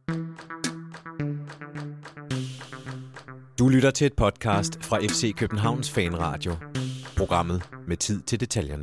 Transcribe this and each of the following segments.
Du lytter til et podcast fra FC Københavns Fanradio. Programmet med tid til detaljerne.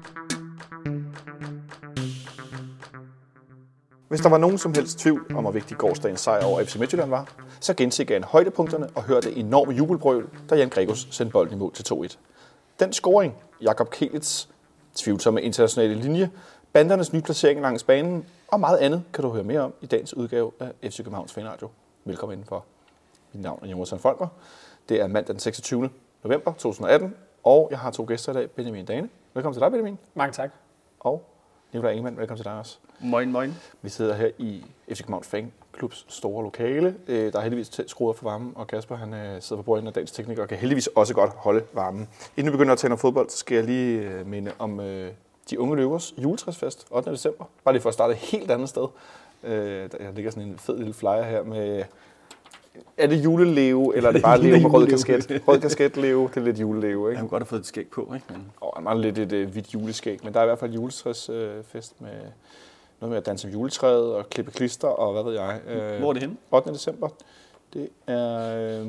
Hvis der var nogen som helst tvivl om, hvor vigtig gårsdagens sejr over FC Midtjylland var, så gensik jeg højdepunkterne og hørte det enorme jubelbrøl, da Jan Gregus sendte bolden i mål til 2-1. Den scoring, Jakob Kjelets tvivlsomme internationale linje, bandernes nye placering langs banen og meget andet kan du høre mere om i dagens udgave af FC Københavns Fanradio. Velkommen indenfor. Mit navn er Jonas Folker. Det er mandag den 26. november 2018, og jeg har to gæster i dag, Benjamin Dane. Velkommen til dig, Benjamin. Mange tak. Og Nikolaj Ingemann, velkommen til dig også. Moin, moin. Vi sidder her i FC Københavns Fanklubs store lokale. Der er heldigvis skruet for varmen, og Kasper han sidder på bordet af dagens tekniker og kan heldigvis også godt holde varmen. Inden vi begynder at tale om fodbold, så skal jeg lige minde om de unge løvers juletræsfest 8. december. Bare lige for at starte et helt andet sted. Der ligger sådan en fed lille flyer her med... Er det juleleve, eller er det bare leve med rød kasket? Rød kasket leve, det er lidt juleleve, ikke? Jeg har godt have fået et skæg på, ikke? Han var lidt et hvidt juleskæg, men der er i hvert fald juletræsfest med noget med at danse om juletræet og klippe klister og hvad ved jeg. Hvor er det henne? 8. december. Det er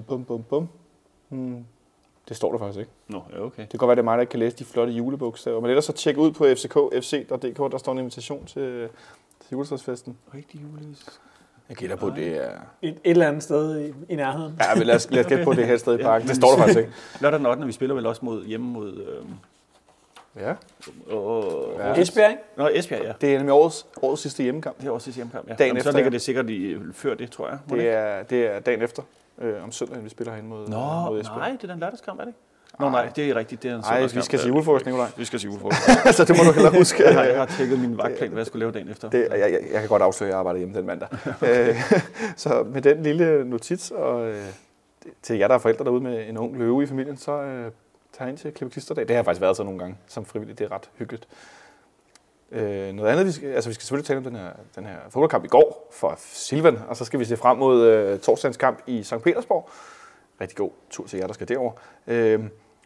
det står der faktisk ikke. Nå, ja, okay. Det kan godt være, det er mig, der ikke kan læse de flotte julebogstaver. Men ellers så tjek ud på fck.fc.dk, der står en invitation til juletræsfesten. Rigtig julevis. Jeg gætter på, det er... Et eller andet sted i nærheden. Ja, men lad os gætte på det her sted i parken. Det står der faktisk ikke. Lørdag den 8. Vi spiller vel også hjemme mod... Ja. Esbjerg, ikke? Nå, Esbjerg, ja. Det er nemlig årets sidste hjemmekamp. Det er årets sidste hjemmekamp, ja. Dagen efter, så ligger det sikkert før det, tror jeg. Det er dagen efter, om søndagen, vi spiller herinde mod Esbjerg. Nej, det er den lørdagskamp, er det ikke? Nå, nej, det er rigtigt. Det er en søndagskamp. Vi skal se julefrokost, Nikolaj. Vi skal se julefrokost. Så det må du hellere huske. Jeg har tjekket min vagtplan, hvad jeg skulle lave dagen efter. Jeg kan godt afsløre, at jeg arbejder hjemme den mandag. Så med den lille notits, og til jer, der er forældre derude med en ung løve i familien, så tager ind til Klippeklisterdag. Det har jeg faktisk været så nogle gange som frivillig. Det er ret hyggeligt. Noget andet, vi skal selvfølgelig tale om den her fodboldkamp i går for Silvan, og så skal vi se frem mod torsdagens kamp i St. Petersborg. Rigtig god tur til jer, der skal derover.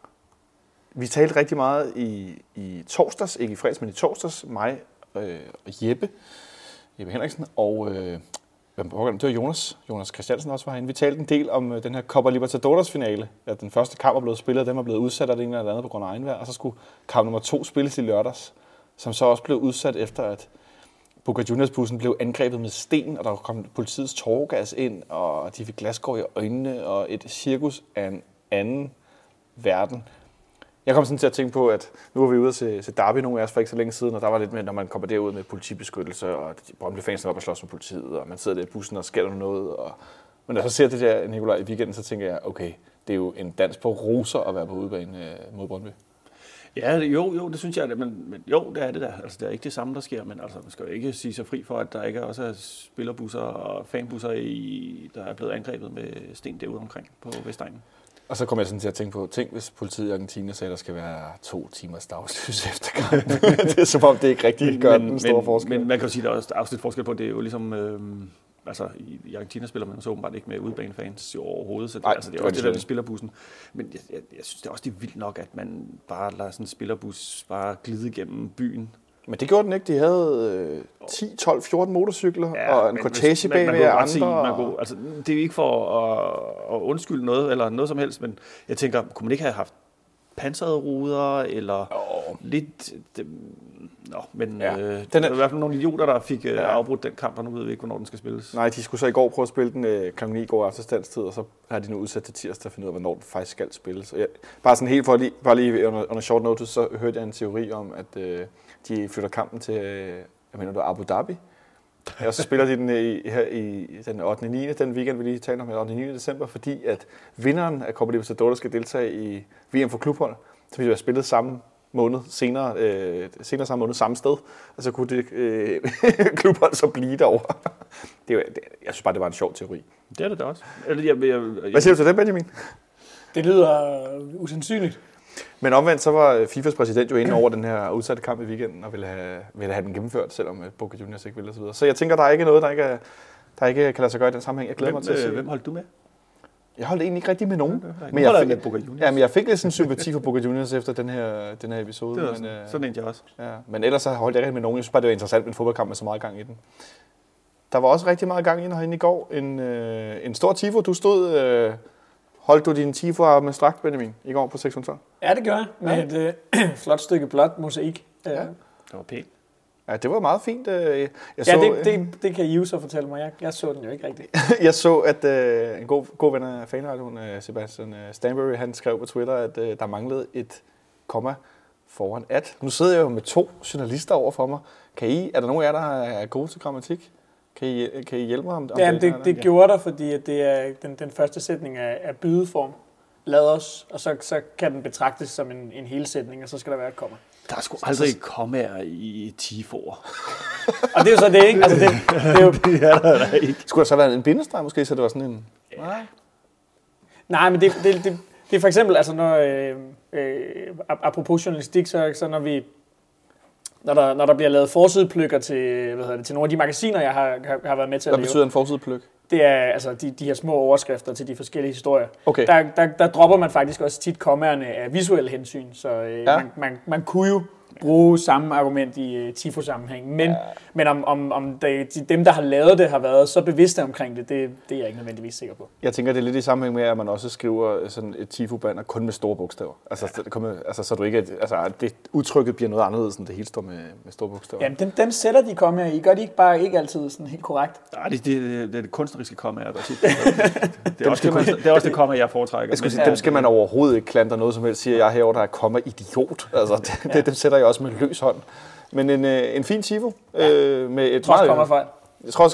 Vi talte rigtig meget i torsdags, ikke i fredags, men i torsdags, mig og Jeppe Henriksen, og det var Jonas Christiansen også var herinde. Vi talte en del om den her Copa Libertadores finale, at den første kamp er blevet spillet, og den var blevet udsat af det ene eller andet på grund af egenvejr, og så skulle kamp nummer 2 spilles i lørdags, som så også blev udsat efter, at Boca Juniors-bussen blev angrebet med sten, og der kom politiets tåregas ind, og de fik glasskår i øjnene, og et cirkus af en anden verden. Jeg kom sådan til at tænke på, at nu var vi ude til Derby nogle af os for ikke så længe siden, og der var lidt med, når man kommer derud med politibeskyttelse, og Brøndby-fansene var på at slås med politiet, og man sidder der i bussen og skælder noget. Men når jeg så ser det der, Nikolaj, i weekenden, så tænker jeg, okay, det er jo en dans på roser at være på udebane mod Brøndby. Ja, jo, det synes jeg, men jo, det er det der. Altså, det er ikke det samme, der sker, men altså, man skal jo ikke sige sig fri for, at der ikke også er spillerbusser og fanbusser, der er blevet angrebet med sten derude omkring på Vestegnen. Og så kommer jeg sådan til at tænke på, tænk hvis politiet i Argentina sagde, at der skal være 2 timers dagslys efter kampen. Det er som om, det ikke rigtig gør den store forskel. Men man kan jo sige, at der er også lidt forskel på, det er jo ligesom... Altså, i Argentina spiller man så åbenbart ikke med udebanefans overhovedet, så det, det er også det der med spillerbussen. Men jeg synes det er også det er vildt nok, at man bare lader sådan en spillerbus bare glide gennem byen. Men det gjorde den ikke. De havde 10, 12, 14 motorcykler og en cortege bagved andre. Altså, det er jo ikke for at undskylde noget eller noget som helst, men jeg tænker, kunne man ikke have haft pansrede ruder eller lidt... men det er i hvert fald nogle idioter, der fik afbrudt den kamp, og nu ved vi ikke, hvornår den skal spilles. Nej, de skulle så i går prøve at spille den kl. 9 i går efter standstid, og så har de nu udsat til tirsdag at finde ud af, hvornår den faktisk skal spilles. Bare sådan helt bare lige under short notice, så hørte jeg en teori om, at de flytter kampen til, Abu Dhabi. Og så spiller de den her i den 8. 9. den weekend, vi lige taler om, 8. 9. december, fordi at vinderen af Copa Libertadores skal deltage i VM for klubhold, som vi har spillet samme måned, senere samme måned, samme sted, og så kunne det klubhold så blive derovre. Jeg synes bare, det var en sjov teori. Det er det da også. Hvad siger du til den, Benjamin? Det lyder usandsynligt. Men omvendt, så var FIFAs præsident jo inde over den her udsatte kamp i weekenden, og ville have den gennemført, selvom Boca Juniors ikke ville osv. Så jeg tænker, der er ikke noget, der ikke kan lade sig gøre i den sammenhæng. Jeg glæder mig til at se. Hvem holdt du med? Jeg holdt egentlig ikke rigtig med nogen. Men jeg fik lidt sådan sympati for Boca Juniors efter den her episode. Det var sådan en jeg også. Ja, men ellers så holdt jeg ikke med nogen. Jeg synes bare, det var interessant med en fodboldkamp med så meget gang i den. Der var også rigtig meget gang herinde i går. En stor tifo. Du stod... Holdt du din tifo med strakt, Benjamin, i går på 612? Ja, det gjorde jeg. Med et flot stykke blåt mosaik. Ja. Det var pænt. Ja, det var meget fint. Det kan I så fortælle mig. Jeg så den jo ikke rigtigt. Jeg så, at en god ven af fanradioen, Sebastian Stanbury, han skrev på Twitter, at der manglede et komma foran at. Nu sidder jeg jo med 2 journalister over for mig. Er der nogen af jer, der er gode til grammatik? Kan I hjælpe mig om det gjorde der, fordi at det er den første sætning af bydeform. Lad os, og så kan den betragtes som en hel sætning, og så skal der være et komma. Der er sgu aldrig kommaer i tifoer. Og det er jo så det, ikke? Altså det er jo... der ikke. Skulle der så være en bindestreg måske, så det var sådan en... Nej, men det er for eksempel, altså når... apropos journalistik, så når vi... Når der bliver lavet forsidepløkker til nogle af de magasiner, jeg har været med til at lave. Hvad betyder en forsidepløk? Det er altså de her små overskrifter til de forskellige historier. Okay. Der dropper man faktisk også tit kommaerne af visuelle hensyn, så man kunne jo bruge samme argument i tifo-sammenhæng. Men om dem, der har lavet det, har været så bevidste omkring det, det er jeg ikke nødvendigvis sikker på. Jeg tænker, det er lidt i sammenhæng med, at man også skriver sådan et tifo-banner kun med store bogstaver. Så du ikke, det udtrykket bliver noget anderledes, end det hele står med store bogstaver. Jamen, dem sætter de kommaer i. Gør de ikke bare ikke altid sådan helt korrekt? Nej, det er det kunstneriske kommaer, der tit. Det er også det komma, jeg foretrækker. Dem skal man overhovedet ikke klandre noget som helst, siger jeg herovre, der er komma idiot. Altså, dem sætter jeg også med løs hånd. Men en fin tifo med et trods kommafejl. Trods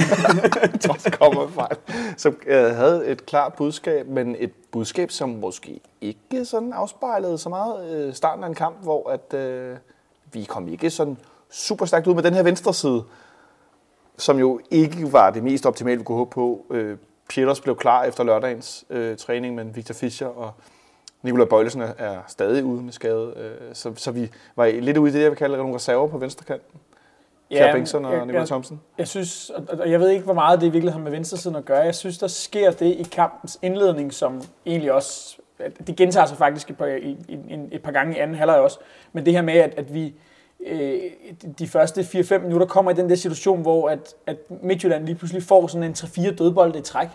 kommafejl. Som havde et klart budskab, men et budskab, som måske ikke sådan afspejlede så meget starten af en kamp, hvor at vi kom ikke sådan super stærkt ud med den her venstre side, som jo ikke var det mest optimale, vi kunne håbe på. Pieters blev klar efter lørdagens træning, men Victor Fischer og Nikolaj Bøjlesen er stadig ude med skade, så vi var lidt ude i det, jeg vil kalde nogle reserver på venstrekanten. Kjær Bengtsson og Nikolaj Thomsen. Jeg synes, og jeg ved ikke, hvor meget det i virkeligheden har med venstresiden at gøre. Jeg synes, der sker det i kampens indledning, som egentlig også, det gentager sig faktisk et par gange i anden halvleg også, men det her med, at vi de første 4-5 minutter kommer i den der situation, hvor at Midtjylland lige pludselig får sådan en 3-4 dødbolde i træk.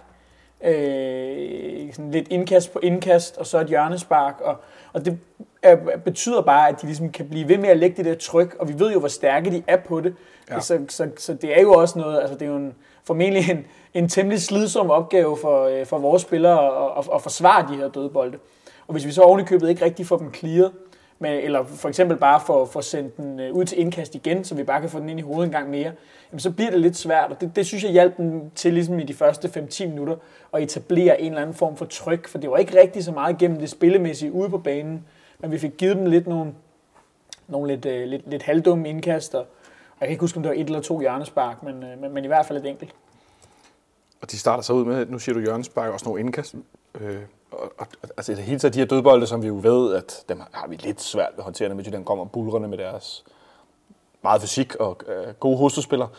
Sådan lidt indkast på indkast, og så et hjørnespark, og det betyder bare, at de ligesom kan blive ved med at lægge det der tryk, og vi ved jo, hvor stærke de er på det. Ja. Så det er jo også noget, altså det er jo formentlig en temmelig slidsom opgave for vores spillere at forsvare de her dødbolde. Og hvis vi så ovenikøbet ikke rigtig får dem clearet, eller for eksempel bare får sendt den ud til indkast igen, så vi bare kan få den ind i hovedet en gang mere, jamen så bliver det lidt svært, og det synes jeg hjalp dem til ligesom i de første 5-10 minutter at etablere en eller anden form for tryk, for det var ikke rigtig så meget gennem det spillemæssige ude på banen, men vi fik givet dem lidt nogle lidt halvdumme indkast, og jeg kan ikke huske, om det var 1 eller 2 hjørnespark, men i hvert fald et enkelt. Og de starter så ud med, nu siger du hjørnespark, også nogle indkast. Altså det hele taget de her dødbolde, som vi jo ved, at dem har vi lidt svært ved at håndtere, når de kommer bulrende med deres meget fysik og gode hovedspillere.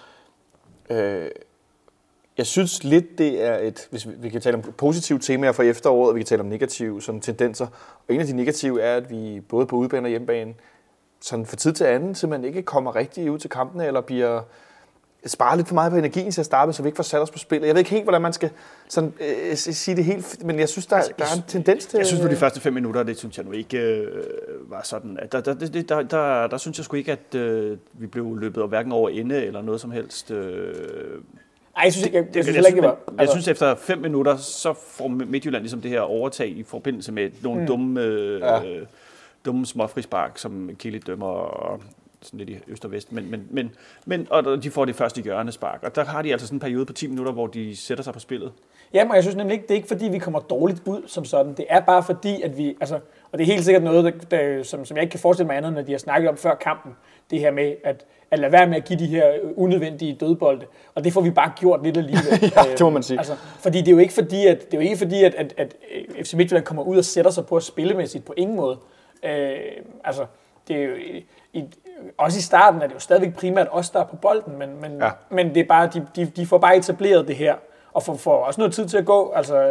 Jeg synes lidt, det er hvis vi kan tale om positive temaer for efteråret, og vi kan tale om negative sådan tendenser. Og en af de negative er, at vi både på udebane og hjemmebane sådan fra tid til anden simpelthen ikke kommer rigtig ud til kampene, eller bliver sparer lidt for meget på energien til at starte, så vi ikke får sat os på spillet. Jeg ved ikke helt, hvordan man skal sådan, sige det helt, men jeg synes, der er en tendens til... Jeg synes på de første 5 minutter, det synes jeg nu ikke var sådan. Der synes jeg sgu ikke, at vi blev løbet hverken over ende eller noget som helst. Nej, jeg synes ikke, jeg synes heller ikke, det var... Jeg synes, efter 5 minutter, så får Midtjylland ligesom det her overtag i forbindelse med nogle dumme småfrispark, som Kili dømmer og sådan lidt i øst og vest, og de får det første hjørnespark, og der har de altså sådan en periode på 10 minutter, hvor de sætter sig på spillet. Jamen, jeg synes nemlig ikke, det er ikke fordi, vi kommer dårligt ud som sådan, det er bare fordi, at vi, altså, og det er helt sikkert noget, som jeg ikke kan forestille mig andet, når de har snakket om før kampen, det her med, at lade være med at give de her unødvendige dødbolde, og det får vi bare gjort lidt alligevel. Ja, det må man sige. Altså, fordi det er jo ikke fordi, at FC Midtjylland kommer ud og sætter sig på at spillemæssigt på ingen måde. Altså, det er jo... Også i starten er det jo stadigvæk primært os, der er på bolden, men det er bare, de får bare etableret det her, og får også noget tid til at gå, altså,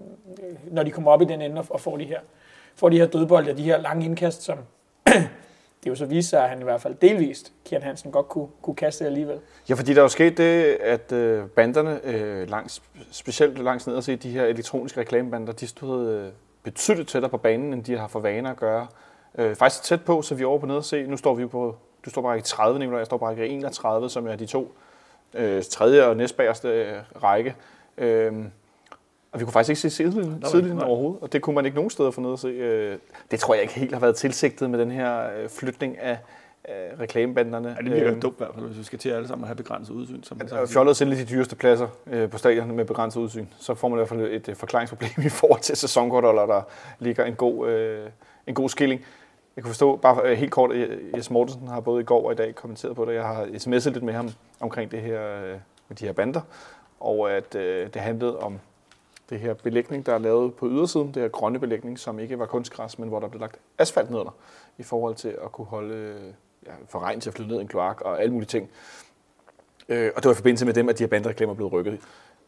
når de kommer op i den ende og får de her dødbolde, de her lange indkast, det jo så viste sig, at han i hvert fald delvist, Kian Hansen, godt kunne kaste det alligevel. Ja, fordi der er jo sket det, at banderne, specielt langs ned og se de her elektroniske reklamebander, de stod betydeligt tættere på banen, end de har for vane at gøre. Faktisk tæt på, så vi er over på ned og se. Nu står vi på, du står på række 30, Nicolaj, jeg står på række 31, som er de to tredje og næstbagerste række. Og vi kunne faktisk ikke se sidelinjen overhovedet, og det kunne man ikke nogen steder få ned at se. Det tror jeg ikke helt har været tilsigtet med den her flytning af reklamebanderne. Ja, det virker dumt i hvert fald, hvis vi skal til alle sammen at have begrænset udsyn. Fjollet at sælge de dyreste pladser på stadion med begrænset udsyn, så får man i hvert fald et forklaringsproblem i forhold til sæsonkortholder, der ligger en god skilling. Jeg kunne forstå, bare helt kort, Jes Mortensen har både i går og i dag kommenteret på det. Jeg har sms'et lidt med ham omkring det her med de her bander, og at det handlede om det her belægning, der er lavet på ydersiden, det her grønne belægning, som ikke var kunstgræs, men hvor der blev lagt asfalt nedenunder, i forhold til at kunne holde for regn til at flyde ned i en kloak og alle mulige ting. Og det var i forbindelse med dem, at de her bandereklamer blev rykket.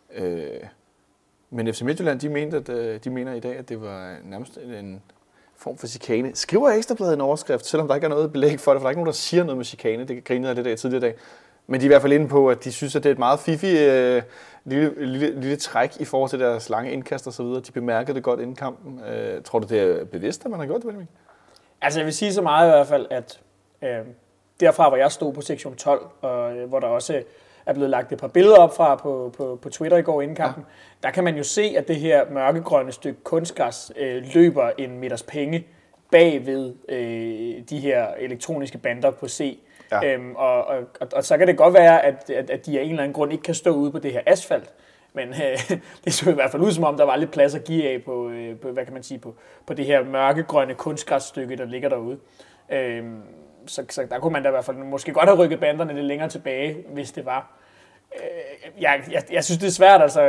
Men FC Midtjylland, de mener i dag, at det var nærmest en form for chikane. Skriver Ekstrabladet en overskrift, selvom der ikke er noget belæg for det, for der er ikke nogen, der siger noget med chikane. Det grinede jeg lidt af tidligere i dag. Men de er i hvert fald inde på, at de synes, at det er et meget fiffigt lille træk i forhold til deres lange indkast og så videre. De bemærkede det godt inden kampen. Tror du, det er bevidst, at man har gjort det, Benjamin? Altså, jeg vil sige så meget i hvert fald, at derfra, hvor jeg stod på sektion 12, og hvor der også er blevet lagt et par billeder op fra på Twitter i går inden kampen, der kan man jo se, at det her mørkegrønne stykke kunstgræs løber en meters penge bag ved de her elektroniske bander på C. Ja. Og så kan det godt være, at de af en eller anden grund ikke kan stå ude på det her asfalt. Men det så i hvert fald ud, som om der var lidt plads at give af på hvad kan man sige, på det her mørkegrønne kunstgræsstykke, der ligger derude. Så der kunne man da i hvert fald måske godt have rykket banderne lidt længere tilbage, hvis det var. Jeg synes, det er svært. Altså,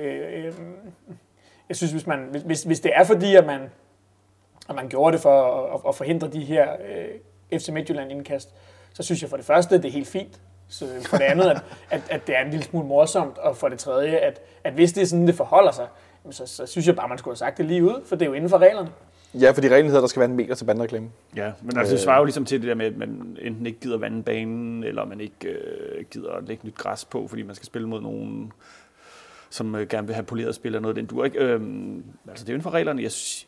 jeg synes, hvis det er fordi, at man gjorde det for at forhindre de her FC Midtjylland indkast, så synes jeg for det første, det er helt fint. Så for det andet, at det er en lille smule morsomt, og for det tredje, at hvis det er sådan, det forholder sig, så synes jeg bare, man skulle have sagt det lige ud, for det er jo inden for reglerne. Ja, fordi reglen hedder, at der skal være en meter til bandereklame. Ja, men altså, det svarer jo ligesom til det der med, at man enten ikke gider vande banen, eller man ikke gider at lægge nyt græs på, fordi man skal spille mod nogen, som gerne vil have poleret spil eller noget, den dur ikke. Altså, det er jo inden for reglerne. Jeg synes,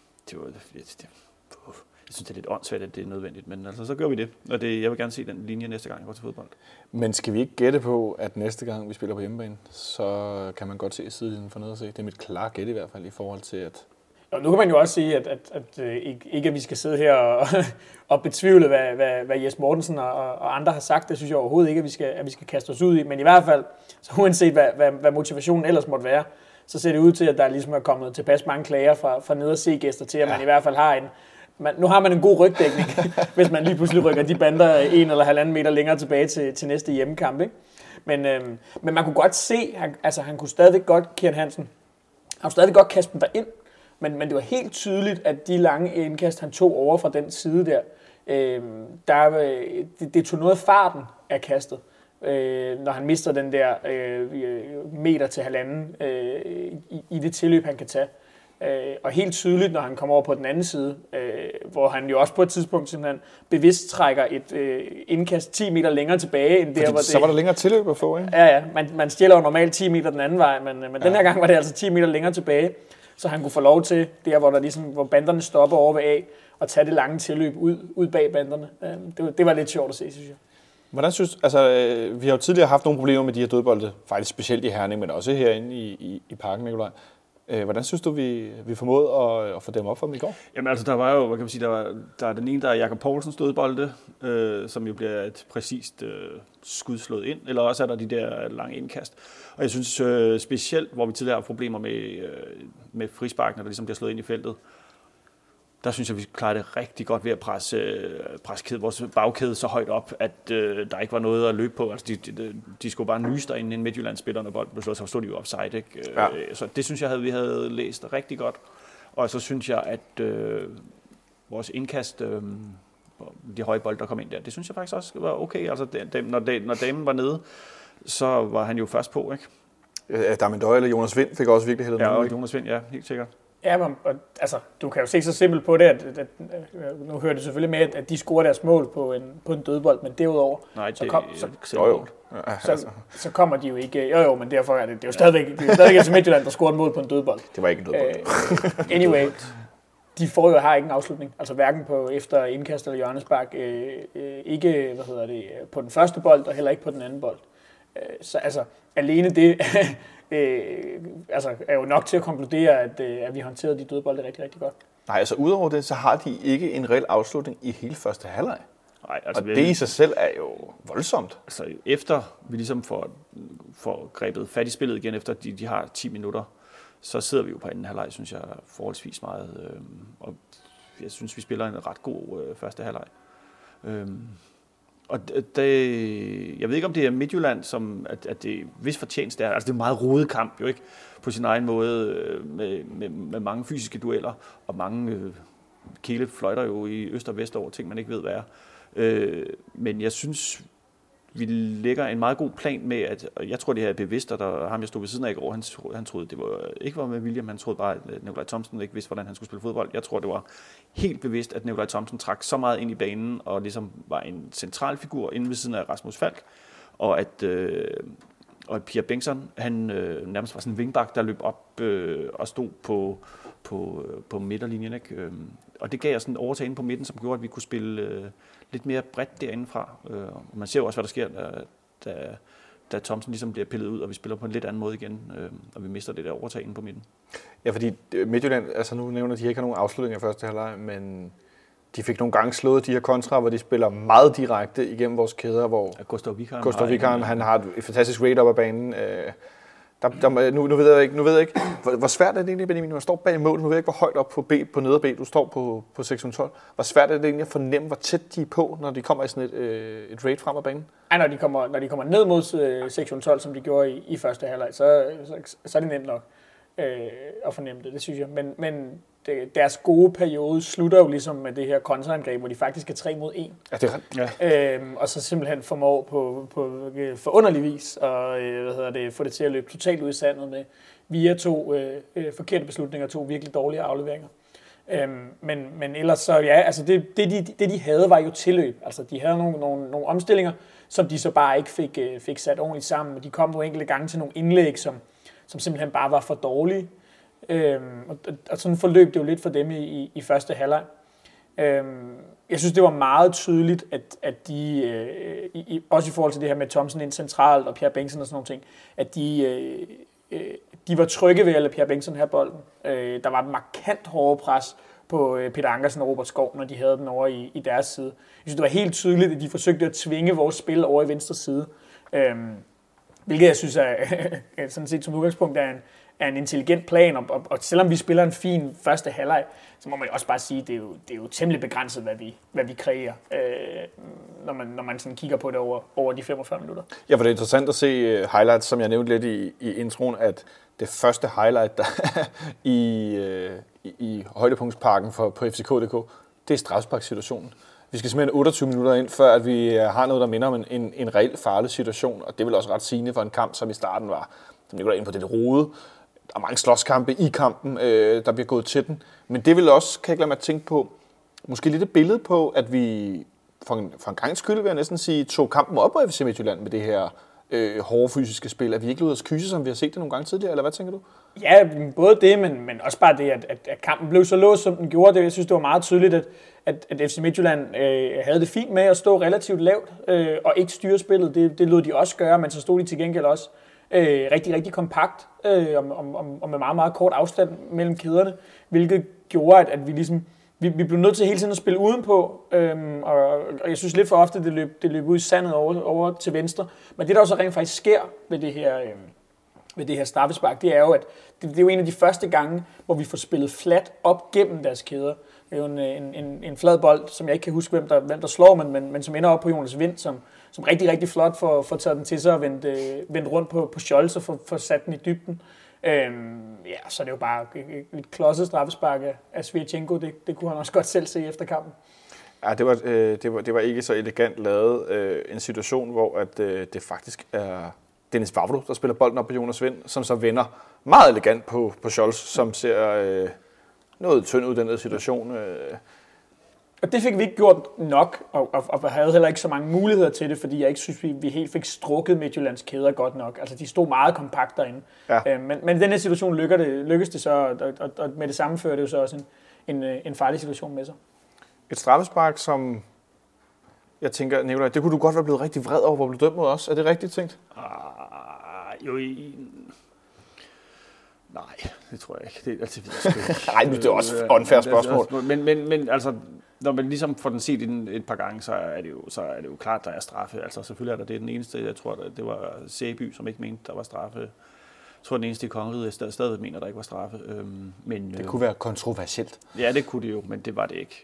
det er lidt åndssvagt, at det er nødvendigt, men altså, så gør vi det. Og jeg vil gerne se den linje næste gang, jeg går til fodbold. Men skal vi ikke gætte på, at næste gang vi spiller på hjemmebane, så kan man godt se sidelinjen for noget at se? Det er mit klare gæt i hvert fald i forhold til, at... Og nu kan man jo også sige, at ikke at vi skal sidde her og betvivle, hvad Jes Mortensen og andre har sagt. Det synes jeg overhovedet ikke, at vi skal kaste os ud i. Men i hvert fald, så uanset hvad motivationen ellers måtte være, så ser det ud til, at der ligesom er kommet tilpas mange klager fra ned- og se-gæster til, at man i hvert fald har nu har man en god rygdækning, hvis man lige pludselig rykker de bander 1 eller 1,5 meter længere tilbage til næste hjemmekamp. Ikke? Men man kunne godt se, han kunne stadigvæk godt, Kian Hansen, han kunne stadigvæk godt kaste dem derind, men det var helt tydeligt, at de lange indkast, han tog over fra den side der, det tog noget af farten af kastet, når han mister den der meter til 1,5 i det tilløb, han kan tage. Og helt tydeligt, når han kommer over på den anden side, hvor han jo også på et tidspunkt simpelthen bevidst trækker et indkast 10 meter længere tilbage, end der, hvor det... Så var der længere tilløb at få, ikke? Ja. Man stjæler jo normalt 10 meter den anden vej, men den her gang var det altså 10 meter længere tilbage, så han kunne få lov til, der hvor banderne stopper over ved A, og tage det lange tilløb ud bag banderne. Det var lidt sjovt at se, synes jeg. Hvordan synes, vi har jo tidligere haft nogle problemer med de her dødbolde, faktisk specielt i Herning, men også herinde i parken, Nicolaj. Hvordan synes du, vi formåede at få dem op for dem i går? Jamen altså, der var jo, hvad kan man sige, der er den ene, der er Jakob Poulsens dødbolde, som jo bliver et præcist skud slået ind, eller også er der de der lange indkast. Og jeg synes specielt, hvor vi tidligere har problemer med frisparkene, der ligesom bliver slået ind i feltet, der synes jeg, vi klarer det rigtig godt ved at presse vores bagkæde så højt op, at der ikke var noget at løbe på. Altså, de skulle bare nyse derinde, inden Midtjylland-spillerne bolden blev slået, så stod de jo offside. Ikke? Ja. Så det synes jeg, vi havde læst rigtig godt. Og så synes jeg, at vores indkast, de høje bolde, der kom ind der, det synes jeg faktisk også var okay. Altså, når damen var nede, så var han jo først på, ikke? Damien Døje eller Jonas Vind fik også virkelig hældet. Ja, og Jonas Vind, ja, helt sikkert. Ja, men altså, du kan jo se så simpelt på det, at nu hører det selvfølgelig med, at de scorer deres mål på en dødbold, men derudover, nej, så kommer de jo ikke. Jo, men derfor er det jo stadigvæk FC Midtjylland, der scorer et mål på en dødbold. Det var ikke en dødbold. Anyway, de har ikke en afslutning, altså hverken på efter indkast eller hjørnespark, ikke på den første bold og heller ikke på den anden bold. Så altså alene det er jo nok til at konkludere, at vi håndterede de dødbolde rigtig, rigtig godt. Nej, altså udover det, så har de ikke en reel afslutning i hele første halvleg. Nej, altså, og det i sig selv er jo voldsomt. Altså efter vi ligesom får grebet fat i spillet igen, efter de har 10 minutter, så sidder vi jo på anden halvleg, synes jeg, forholdsvis meget. Og jeg synes, vi spiller en ret god første halvleg. Og jeg ved ikke, om det er Midtjylland, at det vis fortjeneste er. Altså, det er en meget rodet kamp, jo ikke? På sin egen måde, med mange fysiske dueller, og mange kæle fløjter jo i øst og vest over ting, man ikke ved, hvad er. Men jeg synes, vi lægger en meget god plan med, at jeg tror, det her er bevidst, og ham, jeg stod ved siden af i går, han troede, det ikke var med William, han troede bare, at Nikolaj Thomsen ikke vidste, hvordan han skulle spille fodbold. Jeg tror, det var helt bevidst, at Nikolaj Thomsen trak så meget ind i banen, og ligesom var en central figur inde ved siden af Rasmus Falk, og at Pierre Bengtsson, han nærmest var sådan en vingbak, der løb op og stod på midterlinjen, ikke? Og det gav os en overtagen på midten, som gjorde, at vi kunne spille lidt mere bredt derindefra. Og man ser jo også, hvad der sker, da Thomsen ligesom bliver pillet ud, og vi spiller på en lidt anden måde igen, og vi mister det der overtagen på midten. Ja, fordi Midtjylland, altså nu nævner de ikke har nogen afslutning af første halvleg, men de fik nogle gange slået de her kontra, hvor de spiller meget direkte igennem vores kæder, hvor Gustav Vikaren, han har et fantastisk rate op ad banen. Nu ved jeg ikke, hvor svært er det egentlig, Benjamin, når du står bag i mål, nu ved jeg ikke, hvor højt op på neder B, du står på sektion 12. Hvor svært er det egentlig at fornemme, hvor tæt de er på, når de kommer i sådan et raid frem af banen? Ej, når de kommer ned mod sektion 12, som de gjorde i første halvleg, så er det nemt nok at fornemme det synes jeg. Men deres gode periode slutter jo ligesom med det her kontraangreb, hvor de faktisk er 3 mod 1. Ja, det er ret. Og så simpelthen formår på forunderlig vis at få det til at løbe totalt ud i sandet med via 2 forkerte beslutninger, 2 virkelig dårlige afleveringer. Men ellers så, ja, altså det de havde var jo tilløb. Altså de havde nogle omstillinger, som de så bare ikke fik sat ordentligt sammen. De kom nogle enkelte gange til nogle indlæg, som simpelthen bare var for dårlige. Og sådan forløb det jo lidt for dem i første halvleg. Jeg synes, det var meget tydeligt, at de, også i forhold til det her med Thomsen ind centralt og Pierre Bengtsson og sådan nogle ting, at de var trygge ved at lade Pierre Bengtsson have bolden. Der var et markant hårdt pres på Peter Ankersen og Robert Skov, når de havde den over i deres side. Jeg synes, det var helt tydeligt, at de forsøgte at tvinge vores spil over i venstre side. Hvilket jeg synes er sådan set som udgangspunkt er en intelligent plan, og selvom vi spiller en fin første halvleg, så må man jo også bare sige, at det er jo temmelig begrænset, hvad vi kreerer, når man sådan kigger på det over de 45 minutter. Ja, for det er interessant at se highlights, som jeg nævnte lidt i introen, at det første highlight der i højdepunktsparken på FCK.dk, det er strafsparkssituationen. Vi skal simpelthen 28 minutter ind, før at vi har noget, der minder om en reel farlig situation, og det er vel også ret sigende for en kamp, som i starten var, som ligger ind på det rode. Der er mange slåskampe i kampen, der bliver gået til den. Men det vil også, kan jeg ikke lade mig tænke på, måske lidt et billede på, at vi for en gang skyld, vil jeg næsten sige, tog kampen op på FC Midtjylland med det her hårde fysiske spil. Er vi ikke lød os kyse, som vi har set det nogle gange tidligere, eller hvad tænker du? Ja, både det, men også bare det, at kampen blev så låst, som den gjorde. Jeg synes, det var meget tydeligt, at FC Midtjylland havde det fint med at stå relativt lavt og ikke styre spillet. Det lod de også gøre, men så stod de til gengæld også rigtig, rigtig kompakt og med meget, meget kort afstand mellem kæderne, hvilket gjorde, at vi ligesom vi blev nødt til hele tiden at spille udenpå, og jeg synes lidt for ofte, det løb ud i sandet over til venstre. Men det, der også rent faktisk sker ved det her straffespark, det er jo, at det er jo en af de første gange, hvor vi får spillet flat op gennem deres kæder. Det er jo en flad bold, som jeg ikke kan huske, hvem der slår, men som ender op på Jonas Vind, som rigtig, rigtig flot får taget den til sig og vendt rundt på Scholz og får sat den i dybden. Så det er jo bare et klodset straffespark af Svirchenko. Det kunne han også godt selv se efter kampen. Ja, det var ikke så elegant lavet en situation, hvor at det faktisk er Dennis Vavlo, der spiller bolden op på Jonas Vind, som så vender meget elegant på Scholz, som ser noget tynd ud den der situation. Og det fik vi ikke gjort nok, og havde heller ikke så mange muligheder til det, fordi jeg ikke synes, vi helt fik strukket Midtjyllands kæder godt nok. Altså, de stod meget kompakt derinde. Ja. Men i den her situation lykkedes det så, og med det samme fører det jo så også en farlig situation med sig. Et straffespark, som jeg tænker, Nicolaj, det kunne du godt være blevet rigtig vred over, hvor du dømt mod os. Er det rigtigt tænkt? Nej, det tror jeg ikke. Det er altid videre. Nej, det er også unfair spørgsmål. Men altså, når man ligesom får den set et par gange, så er det jo klart, der er straffe. Altså selvfølgelig er der det. Den eneste, jeg tror, det var Sæby, som ikke mente, der var straffe. Jeg tror, den eneste i kongeriget, jeg stadigvæk mener, der ikke var straffe. Men det kunne være kontroversielt. Ja, det kunne det jo, men det var det ikke.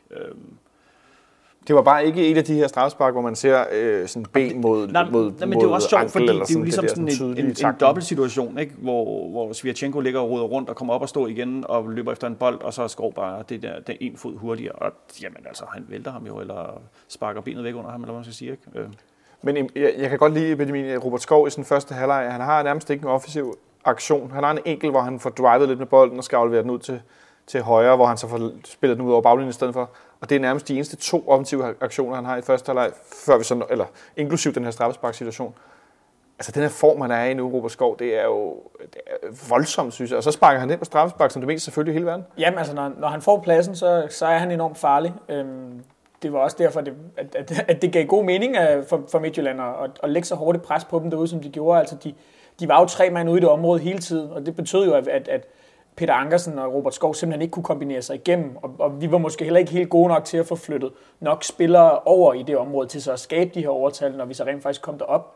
Det var bare ikke et af de her straffespark, hvor man ser sådan ben mod men det er jo også sjovt, fordi det er jo ligesom sådan en dobbeltsituation, ikke? Hvor Svirchenko ligger og roder rundt og kommer op og står igen og løber efter en bold, og så er Skov bare det er en fod hurtigere. Og jamen altså, han vælter ham jo, eller sparker benet væk under ham, eller hvad man skal sige, ikke? Men jeg kan godt lide Benjamin Robert Skov i sin første halvleg. Han har nærmest ikke en offensiv aktion. Han har en enkelt, hvor han får drivet lidt med bolden og skal aflevere den ud til højre, hvor han så får spillet den ud over baglinjen i stedet for. Og det er nærmest de eneste 2 offensive aktioner, han har i første halvleg, før vi sådan, eller inklusiv den her straffesparksituation. Altså den her form, han er i nu, Robert Skov, det er jo voldsomt, synes jeg. Og så sparker han ind på straffespark, som det mest selvfølgelig i hele verden. Jamen altså, når han får pladsen, så er han enormt farlig. Det var også derfor, at det gav god mening for Midtjylland at lægge så hårdt pres på dem derude, som de gjorde. Altså de var jo 3 mand ude i det område hele tiden, og det betød jo, at Peter Ankersen og Robert Skov simpelthen ikke kunne kombinere sig igennem, og vi var måske heller ikke helt gode nok til at få flyttet nok spillere over i det område til så at skabe de her overtal, når vi så rent faktisk kom derop.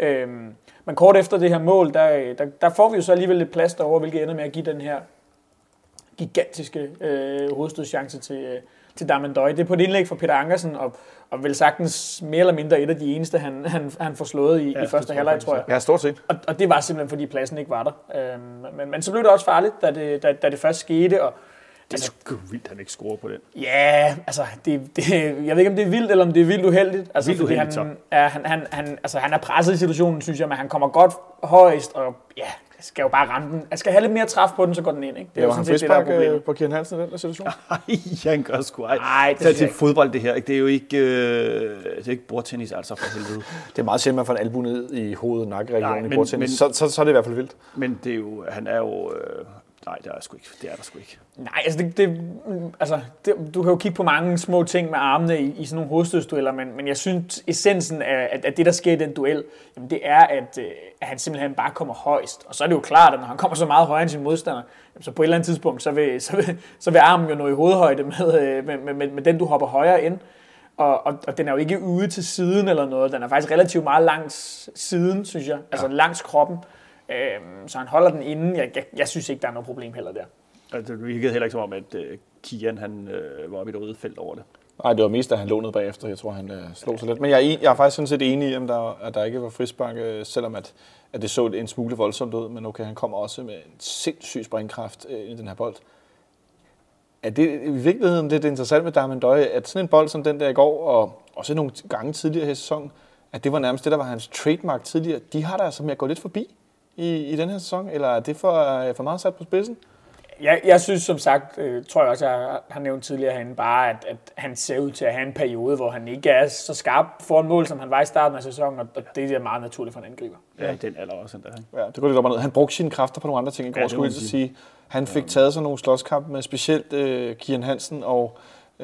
Men kort efter det her mål, der får vi jo så alligevel lidt plads derovre, hvilket ender med at give den her gigantiske hovedstødschance til Damendøj. Det er på et indlæg fra Peter Ankersen, og vel sagtens mere eller mindre et af de eneste, han får slået i første halvleg, tror jeg. Ja, stort set. Og det var simpelthen, fordi pladsen ikke var der. Men så blev det også farligt, da det først skete. Og, det er sgu vildt, han ikke scorer på den. Ja, altså, jeg ved ikke, om det er vildt, eller om det er vildt uheldigt. Altså, vildt uheldigt, han er presset i situationen, synes jeg, men han kommer godt højst, og ja, skal jo bare ramme den. Jeg skal have lidt mere træf på den, så går den ind, ikke? Det er jo sådan set det, der er problemet. På Kian Hansen i den der situation? Nej, han gør sgu ej. Nej, det er til fodbold, det her. Det er jo ikke bordtennis, altså for helvede. Det er meget sjældent, man får en albu ned i hovedet, nakkeregionen i bordtennis. Så er det i hvert fald vildt. Men det er jo, han er jo... Nej, det er der sgu ikke. Nej, altså du kan jo kigge på mange små ting med armene i sådan nogle hovedstødsdueller, men jeg synes, essensen af det, der sker i den duel, jamen det er, at han simpelthen bare kommer højst. Og så er det jo klart, at når han kommer så meget højere end sin modstander, så på et eller andet tidspunkt, så vil armen jo nå i hovedhøjde med den, du hopper højere ind. Og den er jo ikke ude til siden eller noget. Den er faktisk relativt meget langs siden, synes jeg. Altså langs kroppen. Så han holder den inde. Jeg synes ikke, der er noget problem heller der. Altså, det virkede heller ikke som om, at Kian han var oppe i det røde felt over det. Nej, det var mest, da han lånede bagefter. Jeg tror, han slog sig lidt. Men jeg er faktisk sådan set enig i, at der ikke var frispark, selvom at det så en smule voldsomt ud. Men okay, han kommer også med en sindssyg springkraft i den her bold. Er det i virkeligheden det interessante med Damendøj, at sådan en bold som den der i går, og også nogle gange tidligere her i sæsonen, at det var nærmest det, der var hans trademark tidligere. De har der altså med at gå lidt forbi i den her sæson, eller er det for meget sat på spidsen? Jeg synes som sagt, tror jeg også, jeg har nævnt tidligere herinde, bare at han ser ud til at have en periode, hvor han ikke er så skarp foran mål, som han var i starten af sæsonen, og det er meget naturligt for en angriber. Ja, den alder også endda. Ja, det går lidt op og ned. Han brugte sine kræfter på nogle andre ting i går, skulle jeg sige. Han fik taget sig nogle slåskamp med specielt Kian Hansen og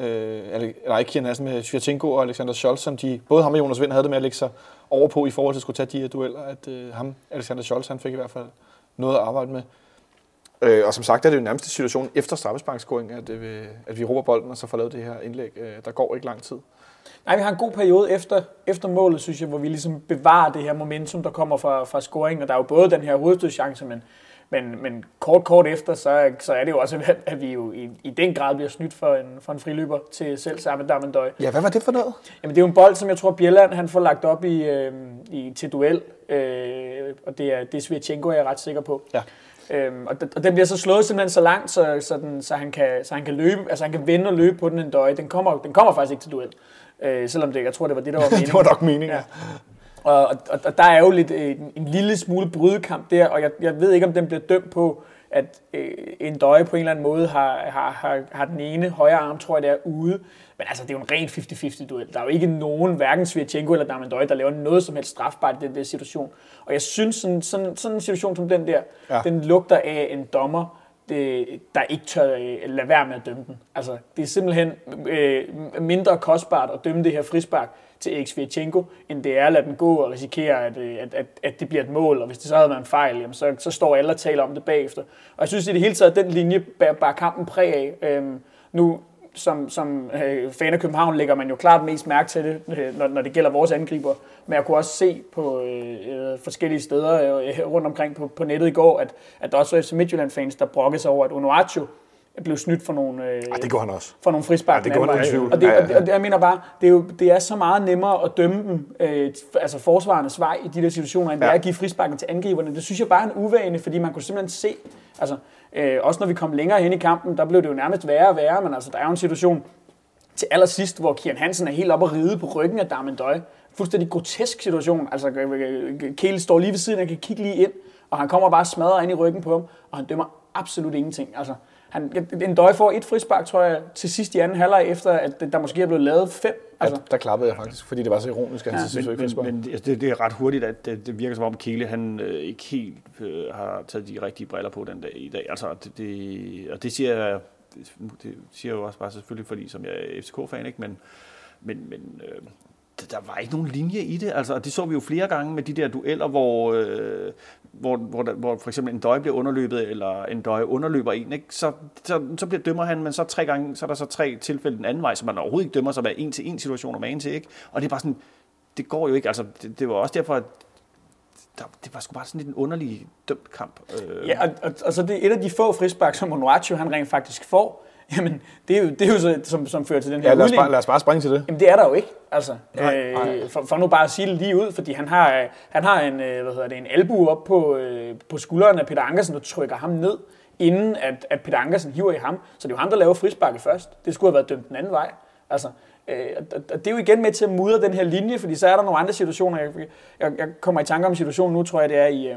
Kian Hansen med Svirchenko og Alexander Scholz, som de, både ham og Jonas Vind havde det med at lægge sig over på i forhold til at skulle tage de her dueller, at Alexander Scholz, han fik i hvert fald noget at arbejde med. Og som sagt er det jo nærmest situation efter straffesparkscoring, at vi råber bolden og så får lavet det her indlæg. Der går ikke lang tid. Nej, vi har en god periode efter målet, synes jeg, hvor vi ligesom bevarer det her momentum, der kommer fra scoringen. Og der er jo både den her hovedstødschance, men kort efter, så er det jo også, at vi jo i den grad bliver snydt for en friløber til selv samme Damendøj. Ja, hvad var det for noget? Jamen, det er jo en bold, som jeg tror, Bjelland han får lagt op til duel. Og det er Svirchenko, jeg er ret sikker på. Ja. Og den bliver så slået simpelthen så langt, så han kan løbe, altså han kan vende og løbe på den en døje. Den kommer faktisk ikke til duel, selvom jeg tror, det var det, der var meningen. Det var nok meningen. Ja. Og der er jo lidt en lille smule brydekamp der, og jeg ved ikke, om den bliver dømt på at en døje på en eller anden måde har den ene højre arm, tror jeg det er, ude. Men altså, det er jo en ren 50-50 duel. Der er jo ikke nogen, hverken Sviatchenko eller Darmendøj, der laver noget som helst strafbart i den der situation. Og jeg synes, sådan en situation som den der, den lugter af en dommer, der ikke tør lade være med at dømme den. Altså, det er simpelthen mindre kostbart at dømme det her frispark til Erik Sviatchenko, end det er at lade den gå og risikere, at det bliver et mål. Og hvis det så havde været en fejl, jamen, så står alle og taler om det bagefter. Og jeg synes i det hele taget, at den linje bærer kampen præg af. Nu som fan af København lægger man jo klart mest mærke til det, når det gælder vores angriber. Men jeg kunne også se på forskellige steder rundt omkring på nettet i går, at der også var FC Midtjylland-fans, der brokkede sig over, at Onuachu blev snydt for nogle, det går han også. For nogle frispark. Det går han uden tvivl. Og jeg mener bare, det er så meget nemmere at dømme dem, altså forsvarernes vej i de der situationer, end det er at give frisparken til angriberne. Det synes jeg bare er en uvane, fordi man kunne simpelthen se, altså også når vi kom længere hen i kampen, der blev det jo nærmest værre og værre, men altså der er jo en situation til allersidst, hvor Kian Hansen er helt oppe at ride på ryggen af Darmendøj. Fuldstændig grotesk situation. Altså Kjell står lige ved siden, han kan kigge lige ind, og han kommer bare smadret ind i ryggen på ham, og han dømmer absolut ingenting. Altså en Døj får et frispark, tror jeg, til sidst i anden halvleg, efter at der måske er blevet lavet 5. Altså. Der klappede jeg faktisk, fordi det var så ironisk, at han til sidst frispark. Men det er ret hurtigt, at det virker som om Kjell, han ikke helt har taget de rigtige briller på den dag i dag. Altså, og det siger jeg jo også bare selvfølgelig, fordi som jeg er FCK-fan, ikke? Men der var ikke nogen linje i det. Altså, det så vi jo flere gange med de der dueller, hvor for eksempel en Døje bliver underløbet, eller en Døje underløber en, ikke? Så bliver dømmer han, men så 3 gange, så er der så 3 tilfælde den anden vej, så man overhovedet ikke dømmer sig med 1-til-1 situationer med en til, ikke? Og det er bare sådan, det går jo ikke. Altså, det var også derfor, at det var sgu bare sådan lidt en underlig dømt kamp. Ja, og så det er et af de få frispark, som Onuachu han rent faktisk får. Jamen, det er jo så, som fører til den her udligning. Lad os bare springe til det. Jamen, det er der jo ikke. Altså, for nu bare at sige det lige ud, fordi han har en albue op på skulderen af Peter Ankersen, der trykker ham ned, inden at Peter Ankersen hiver i ham. Så det er jo ham, der laver frisparket først. Det skulle have været dømt den anden vej. Altså, det er jo igen med til at mudre den her linje, fordi så er der nogle andre situationer. Jeg kommer i tanke om situationen nu, tror jeg, det er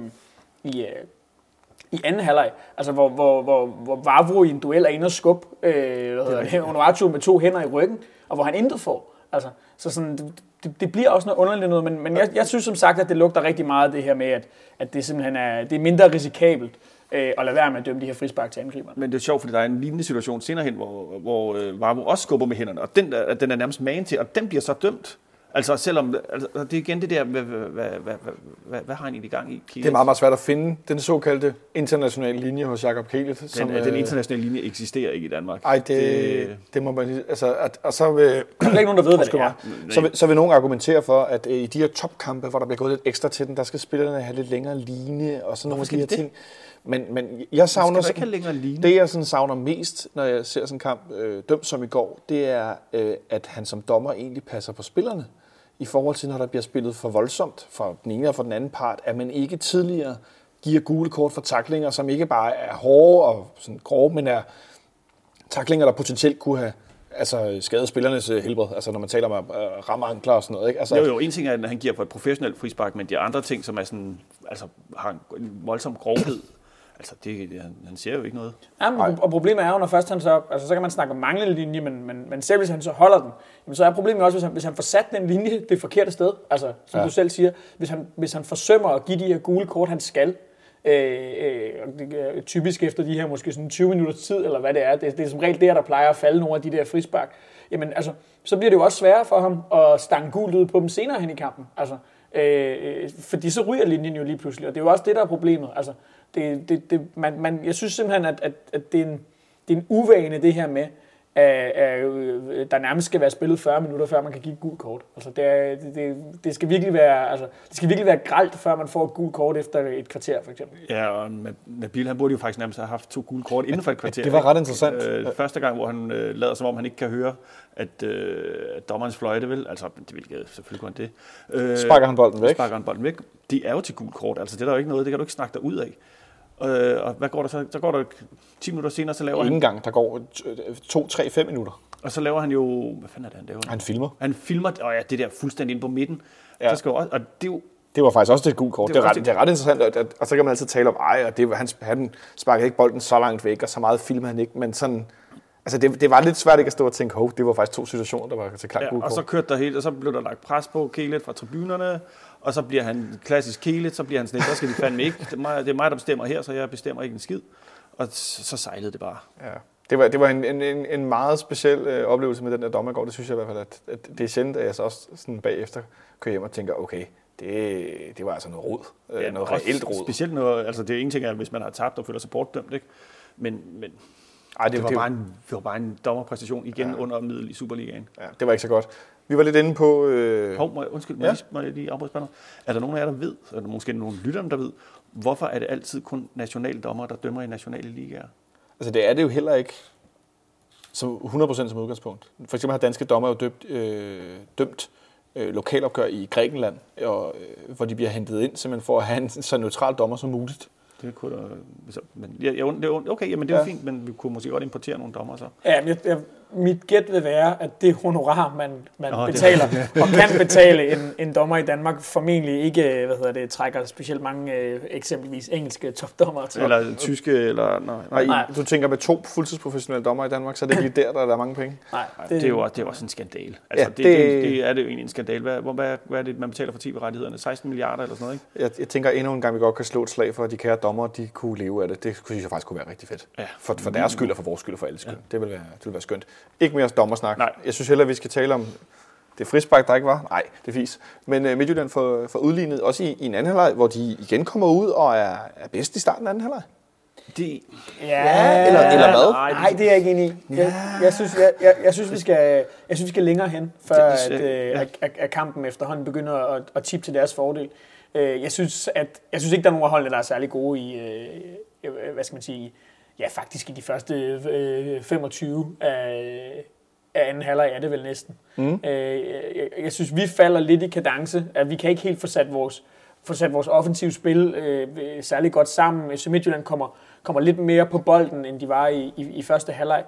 i anden halvleg, altså hvor Vavro i en duel er inde og skub Onuachu med 2 hænder i ryggen, og hvor han intet får. Altså, så sådan, det bliver også noget underligt noget, men jeg synes som sagt, at det lugter rigtig meget det her med, at det simpelthen er mindre risikabelt at lade være med at dømme de her frispark til angriberne. Men det er sjovt, fordi der er en lignende situation senere hen, hvor Vavro også skubber med hænderne, og den er nærmest magen til, og den bliver så dømt. Altså selvom, det er igen det der, hvad har han egentlig i gang i? Det er meget, meget svært at finde den såkaldte internationale linje hos Jakob Kjell. Den internationale linje eksisterer ikke i Danmark. Nej, det må man lige... Altså, og så vil... Der er ikke nogen, der ved, hvad det er. Så vil nogen argumentere for, at i de her topkampe, hvor der bliver gået lidt ekstra til den, der skal spillerne have lidt længere linje og sådan nogle af de her ting. Men jeg savner det jeg sådan savner mest, når jeg ser sådan en kamp dømt som i går, det er, at han som dommer egentlig passer på spillerne. I forhold til, når der bliver spillet for voldsomt for den ene og for den anden part, at man ikke tidligere giver gule kort for tacklinger, som ikke bare er hårde og sådan grove, men er tacklinger, der potentielt kunne have skadet spillernes helbred, altså når man taler om at ramme ankler og sådan noget. Ikke? Altså, jo, en ting er, at han giver for et professionelt frispark, men de andre ting, som er sådan, altså, har en voldsom grovhed, altså han ser jo ikke noget. Ja, og problemet er jo, når først han så kan man snakke om manglende linje, men selv hvis han så holder den, jamen, så er problemet også, hvis han får sat den linje det forkerte sted, altså som du selv siger, hvis han forsømmer at give de her gule kort, han skal, typisk efter de her måske sådan 20 minutters tid, eller hvad det er, det er som regel der plejer at falde nogle af de der frispark, jamen altså, så bliver det jo også sværere for ham at stange gult ud på dem senere hen i kampen, altså, fordi så ryger linjen jo lige pludselig, og det er jo også det, der er problemet, altså, jeg synes simpelthen, at det er en uvane, det her med, der nærmest skal være spillet 40 minutter, før man kan give et gult kort. Altså det skal virkelig være grelt, før man får et gult kort efter et kvarter, for eksempel. Ja, og Nabil, han burde jo faktisk nærmest have haft 2 gule kort inden for et kvarter. Det var ret interessant. Første gang, hvor han lader som om, han ikke kan høre, at dommerens fløjte vil, altså det vil selvfølgelig kun det. Sparker han bolden væk? Det er jo til gult kort, altså det er der jo ikke noget, det kan du ikke snakke dig ud af. Og hvad går der så? Så går der 10 minutter senere, så laver han... Ingen gang, der går 2, 3, 5 minutter. Og så laver han jo... Hvad fanden er det, han laver? Han filmer. Han filmer, det der fuldstændig ind på midten. Ja. Der skal jo også, og det er jo Det var faktisk også et gult kort. Det er ret interessant, og så kan man altid tale om, han sparkede ikke bolden så langt væk, og så meget filmede han ikke, men sådan... Altså, det var lidt svært ikke at stå og tænke, det var faktisk 2 situationer, der var til klart gult kort. Og så kørte der helt, og så blev der lagt pres på Kelet fra tribunerne, og så bliver han klassisk Kelet, så bliver han sådan lidt, der skal de fandme ikke. Det er mig, der bestemmer her, så jeg bestemmer ikke en skid. Og så sejlede det bare. Ja. Det var en meget speciel oplevelse med den der dommer i går. Det synes jeg i hvert fald, at det er sjældent, at jeg så også sådan bagefter kører hjem og tænker, okay, det var altså noget rod. Noget reelt rod. Specielt noget, altså det er ingenting, at hvis man har tabt og føler sig bortdømt, ikke? Men det var bare en dommerpræstation igen under middel i Superligaen. Ja, det var ikke så godt. Vi var lidt inde på... Må jeg lige afbryde spørgsmålet? Er der nogen af jer, der ved, eller måske nogle lytterne, der ved, hvorfor er det altid kun nationale dommer, der dømmer i nationale ligaer? Altså det er det jo heller ikke som 100% som udgangspunkt. For eksempel har danske dommer jo dømt lokalopgør i Grækenland, hvor de bliver hentet ind simpelthen for at have en så neutral dommer som muligt. Det kunne okay, jamen det er jo fint, men vi kunne måske godt importere nogle dommer så. Ja, mit gæt vil være, at det honorar, man betaler og kan betale en dommer i Danmark, formentlig ikke trækker specielt mange eksempelvis engelske topdommer til. Eller tyske, eller... Nej. Du tænker med 2 fuldtidsprofessionelle dommer i Danmark, så er det ikke lige der er mange penge? Nej. Det er jo også en skandal. Altså, det er det jo egentlig en skandal. Hvad er det, man betaler for TV-rettighederne? 16 milliarder eller sådan noget, ikke? Jeg tænker endnu en gang, vi godt kan slå et slag for, at de kære dommer, de kunne leve af det. Det synes jeg faktisk kunne være rigtig fedt. Ja. For deres skyld og for vores skyld og for alles skyld. Ja. Det vil være skønt. Ikke mere dommersnak. Nej. Jeg synes heller, vi skal tale om det frispark, der ikke var. Nej, det er fis. Men Midtjylland får udlignet også i en anden halvleg, hvor de igen kommer ud og er bedst i starten af anden halvleg. Eller hvad? Nej, det er jeg ikke enig i. Jeg synes, vi skal længere hen, før at kampen efterhånden begynder at tippe til deres fordel. Jeg synes ikke, der er nogen af holdene, der er særlig gode i, hvad skal man sige, faktisk i de første 25 af anden halvleg er det vel næsten. Jeg synes, vi falder lidt i kadence, at vi kan ikke helt få sat vores offensive spil særlig godt sammen. Så Midtjylland kommer lidt mere på bolden, end de var i første halvleg.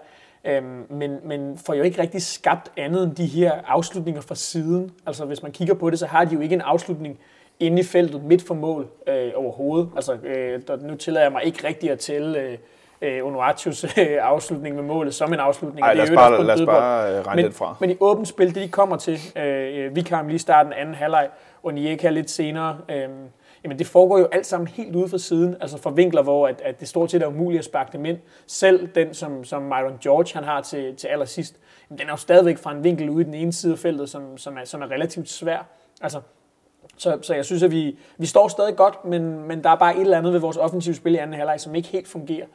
Men får jo ikke rigtig skabt andet end de her afslutninger fra siden. Altså hvis man kigger på det, så har de jo ikke en afslutning inde i feltet midt for mål overhovedet. Altså nu tillader jeg mig ikke rigtig at tælle Onuachios afslutning med målet som en afslutning. Nej, lad os bare regne den fra. Men i åbent spil, det de kommer til, Vikheim lige starten anden halvleg, og Onyeka lidt senere, jamen det foregår jo alt sammen helt ude fra siden, altså fra vinkler, hvor at det stort set er umuligt at sparke dem ind. Selv den, som Myron George han har til allersidst, jamen, den er jo stadigvæk fra en vinkel ude i den ene side af feltet, som er relativt svær. Altså, så jeg synes, at vi står stadig godt, men der er bare et eller andet ved vores offensive spil i anden halvleg, som ikke helt fungerer.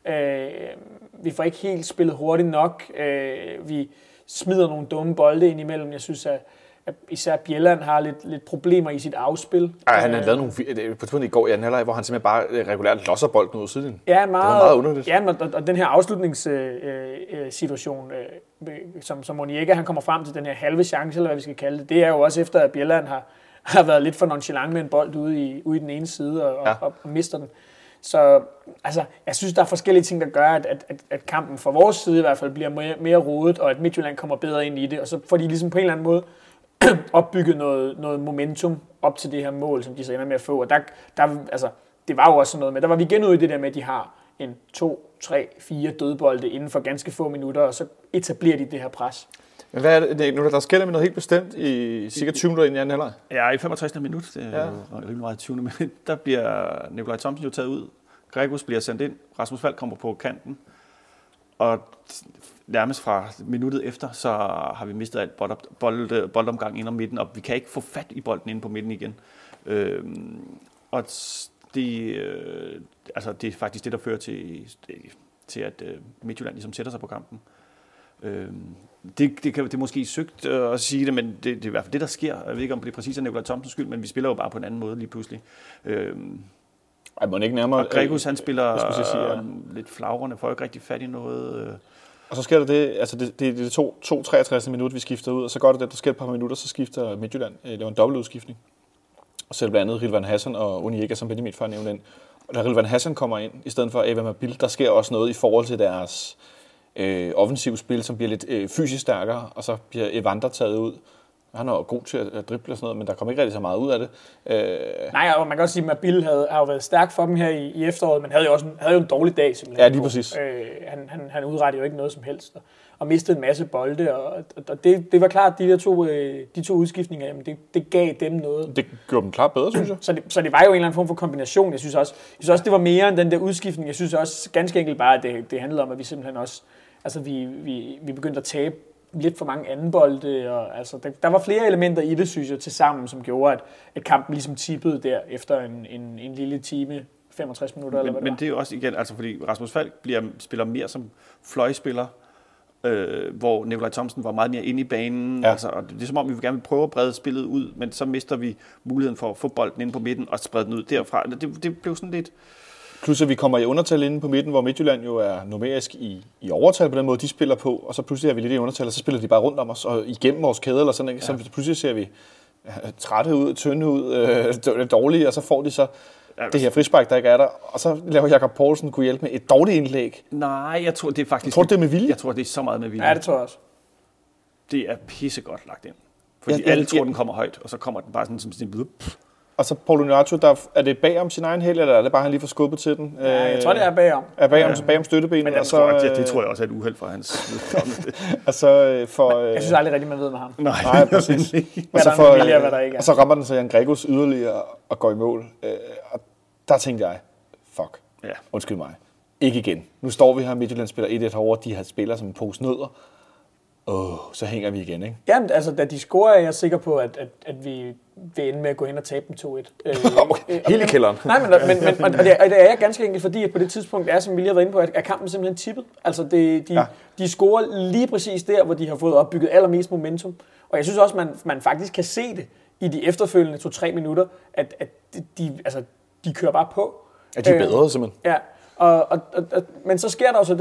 Vi får ikke helt spillet hurtigt nok. Vi smider nogle dumme bolde ind imellem. Jeg synes, at især Bjelland har lidt problemer i sit afspil. Han har lavet nogle på i går i anden halvleg, hvor han simpelthen bare regulært losser bolden ud af siden. Ja, det var meget underligt. Ja, og den her afslutningssituation, som Onyeka, han kommer frem til den her halve chance, eller hvad vi skal kalde det, det er jo også efter, at Bjelland har været lidt for nonchalant med en bold ude i den ene side og mister den. Så altså, jeg synes, der er forskellige ting, der gør, at kampen fra vores side i hvert fald bliver mere rodet, og at Midtjylland kommer bedre ind i det, og så får de ligesom på en eller anden måde opbygget noget momentum op til det her mål, som de så ender med at få. Og der altså, det var jo også sådan noget med, der var vi igen ude i det der med, at de har 2, 3, 4 dødbolde inden for ganske få minutter, og så etablerer de det her pres. Men hvad er det nu, der sker der med noget helt bestemt i cirka 20 minutter inden i anden halvleg? Ja, i 65. minut, det er rimelig meget 20. minut, der bliver Nikolaj Thomsen jo taget ud. Gregus bliver sendt ind, Rasmus Falk kommer på kanten, og nærmest fra minuttet efter, så har vi mistet alt boldomgang ind om midten, og vi kan ikke få fat i bolden inde på midten igen. Og det er faktisk det, der fører til at Midtjylland ligesom sætter sig på kampen. Det er måske søgt at sige det, men det er i hvert fald det, der sker. Jeg ved ikke, om det er præcis af Nikolaj Thomsens skyld, men vi spiller jo bare på en anden måde lige pludselig. Må ikke nærmere, og Gregus, han spiller lidt flagrende, får ikke rigtig fat i noget. Og så sker der det, altså det er 63. minut, vi skifter ud, og så går det, der sker et par minutter, så skifter Midtjylland, laver en dobbeltudskiftning. Og selv blandt andet Rilvan Hassan og Onyeka, som Benjamin før nævnte ind. Og da Rilvan Hassan kommer ind, i stedet for Ava Mabil, der sker også noget i forhold til deres offensive spil, som bliver lidt fysisk stærkere, og så bliver Evander taget ud. Han er god til at drible og sådan noget, men der kom ikke rigtig så meget ud af det. Nej, og man kan også sige, at Mabil har jo været stærk for dem her i efteråret, men havde jo en dårlig dag simpelthen. Ja, lige præcis. Han udrettede jo ikke noget som helst, og mistede en masse bolde, og det var klart, at de to udskiftninger, jamen det gav dem noget. Det gjorde dem klart bedre, synes jeg. Så det var jo en eller anden form for kombination. Jeg synes også, det var mere end den der udskiftning. Jeg synes også ganske enkelt bare, at det handlede om, at vi simpelthen også, altså vi begyndte at tabe lidt for mange anden bolde, og altså der var flere elementer i det, synes jeg, til sammen, som gjorde, at kampen ligesom tippede der efter en lille time, 65 minutter eller hvad det var. Men det er jo også igen, altså fordi Rasmus Falk spiller mere som fløjspiller, hvor Nikolaj Thomsen var meget mere inde i banen. Ja. Altså, og det er som om, vi gerne vil prøve at brede spillet ud, men så mister vi muligheden for at få bolden ind på midten og sprede den ud derfra. Det blev sådan lidt... Plus at vi kommer i undertal inde på midten, hvor Midtjylland jo er numerisk i overtal på den måde, de spiller på, og så pludselig er vi lidt i undertal, og så spiller de bare rundt om os, og igennem vores kæde eller sådan, ikke? Ja. Så pludselig ser vi trætte ud, tynde ud, dårlige, og så får de så det her frispark, der ikke er der, og så laver Jakob Poulsen kunne hjælpe med et dårligt indlæg. Nej, jeg tror, det er faktisk... Jeg tror, det er med vilje? Jeg tror, det er så meget med vilje. Ja, det tror jeg også. Det er pissegodt lagt ind. Fordi alle tror, den kommer højt, og så kommer den bare sådan som sådan en... Og så Paulo Nuaccio, er det bagom sin egen hæl, eller er det bare, han lige får skubbet til den? Ja, jeg tror, det er bagom. Er bagom støttebenet. Det tror jeg også er et uheld for hans udkommende. Jeg synes aldrig rigtig, man ved med ham. Nej, præcis. Og så rammer den så Jan Gregos yderligere og går i mål. Og der tænkte jeg, fuck, undskyld mig, ikke igen. Nu står vi her, Midtjylland spiller 1-1 herovre, de har spiller som en pose nødder. Så hænger vi igen, ikke? Jamen, altså, da de scorer, er jeg sikker på, at vi vil ende med at gå hen og tabe dem 2-1. Helt i kælderen. Nej, men det er jeg ganske enkelt, fordi at på det tidspunkt er, som vi lige har været inde på, at kampen simpelthen tippet. Altså, de scorer lige præcis der, hvor de har fået opbygget allermest momentum. Og jeg synes også, man faktisk kan se det i de efterfølgende 2-3 minutter, at de kører bare på. Ja, de er bedre, simpelthen. Ja, men så sker der også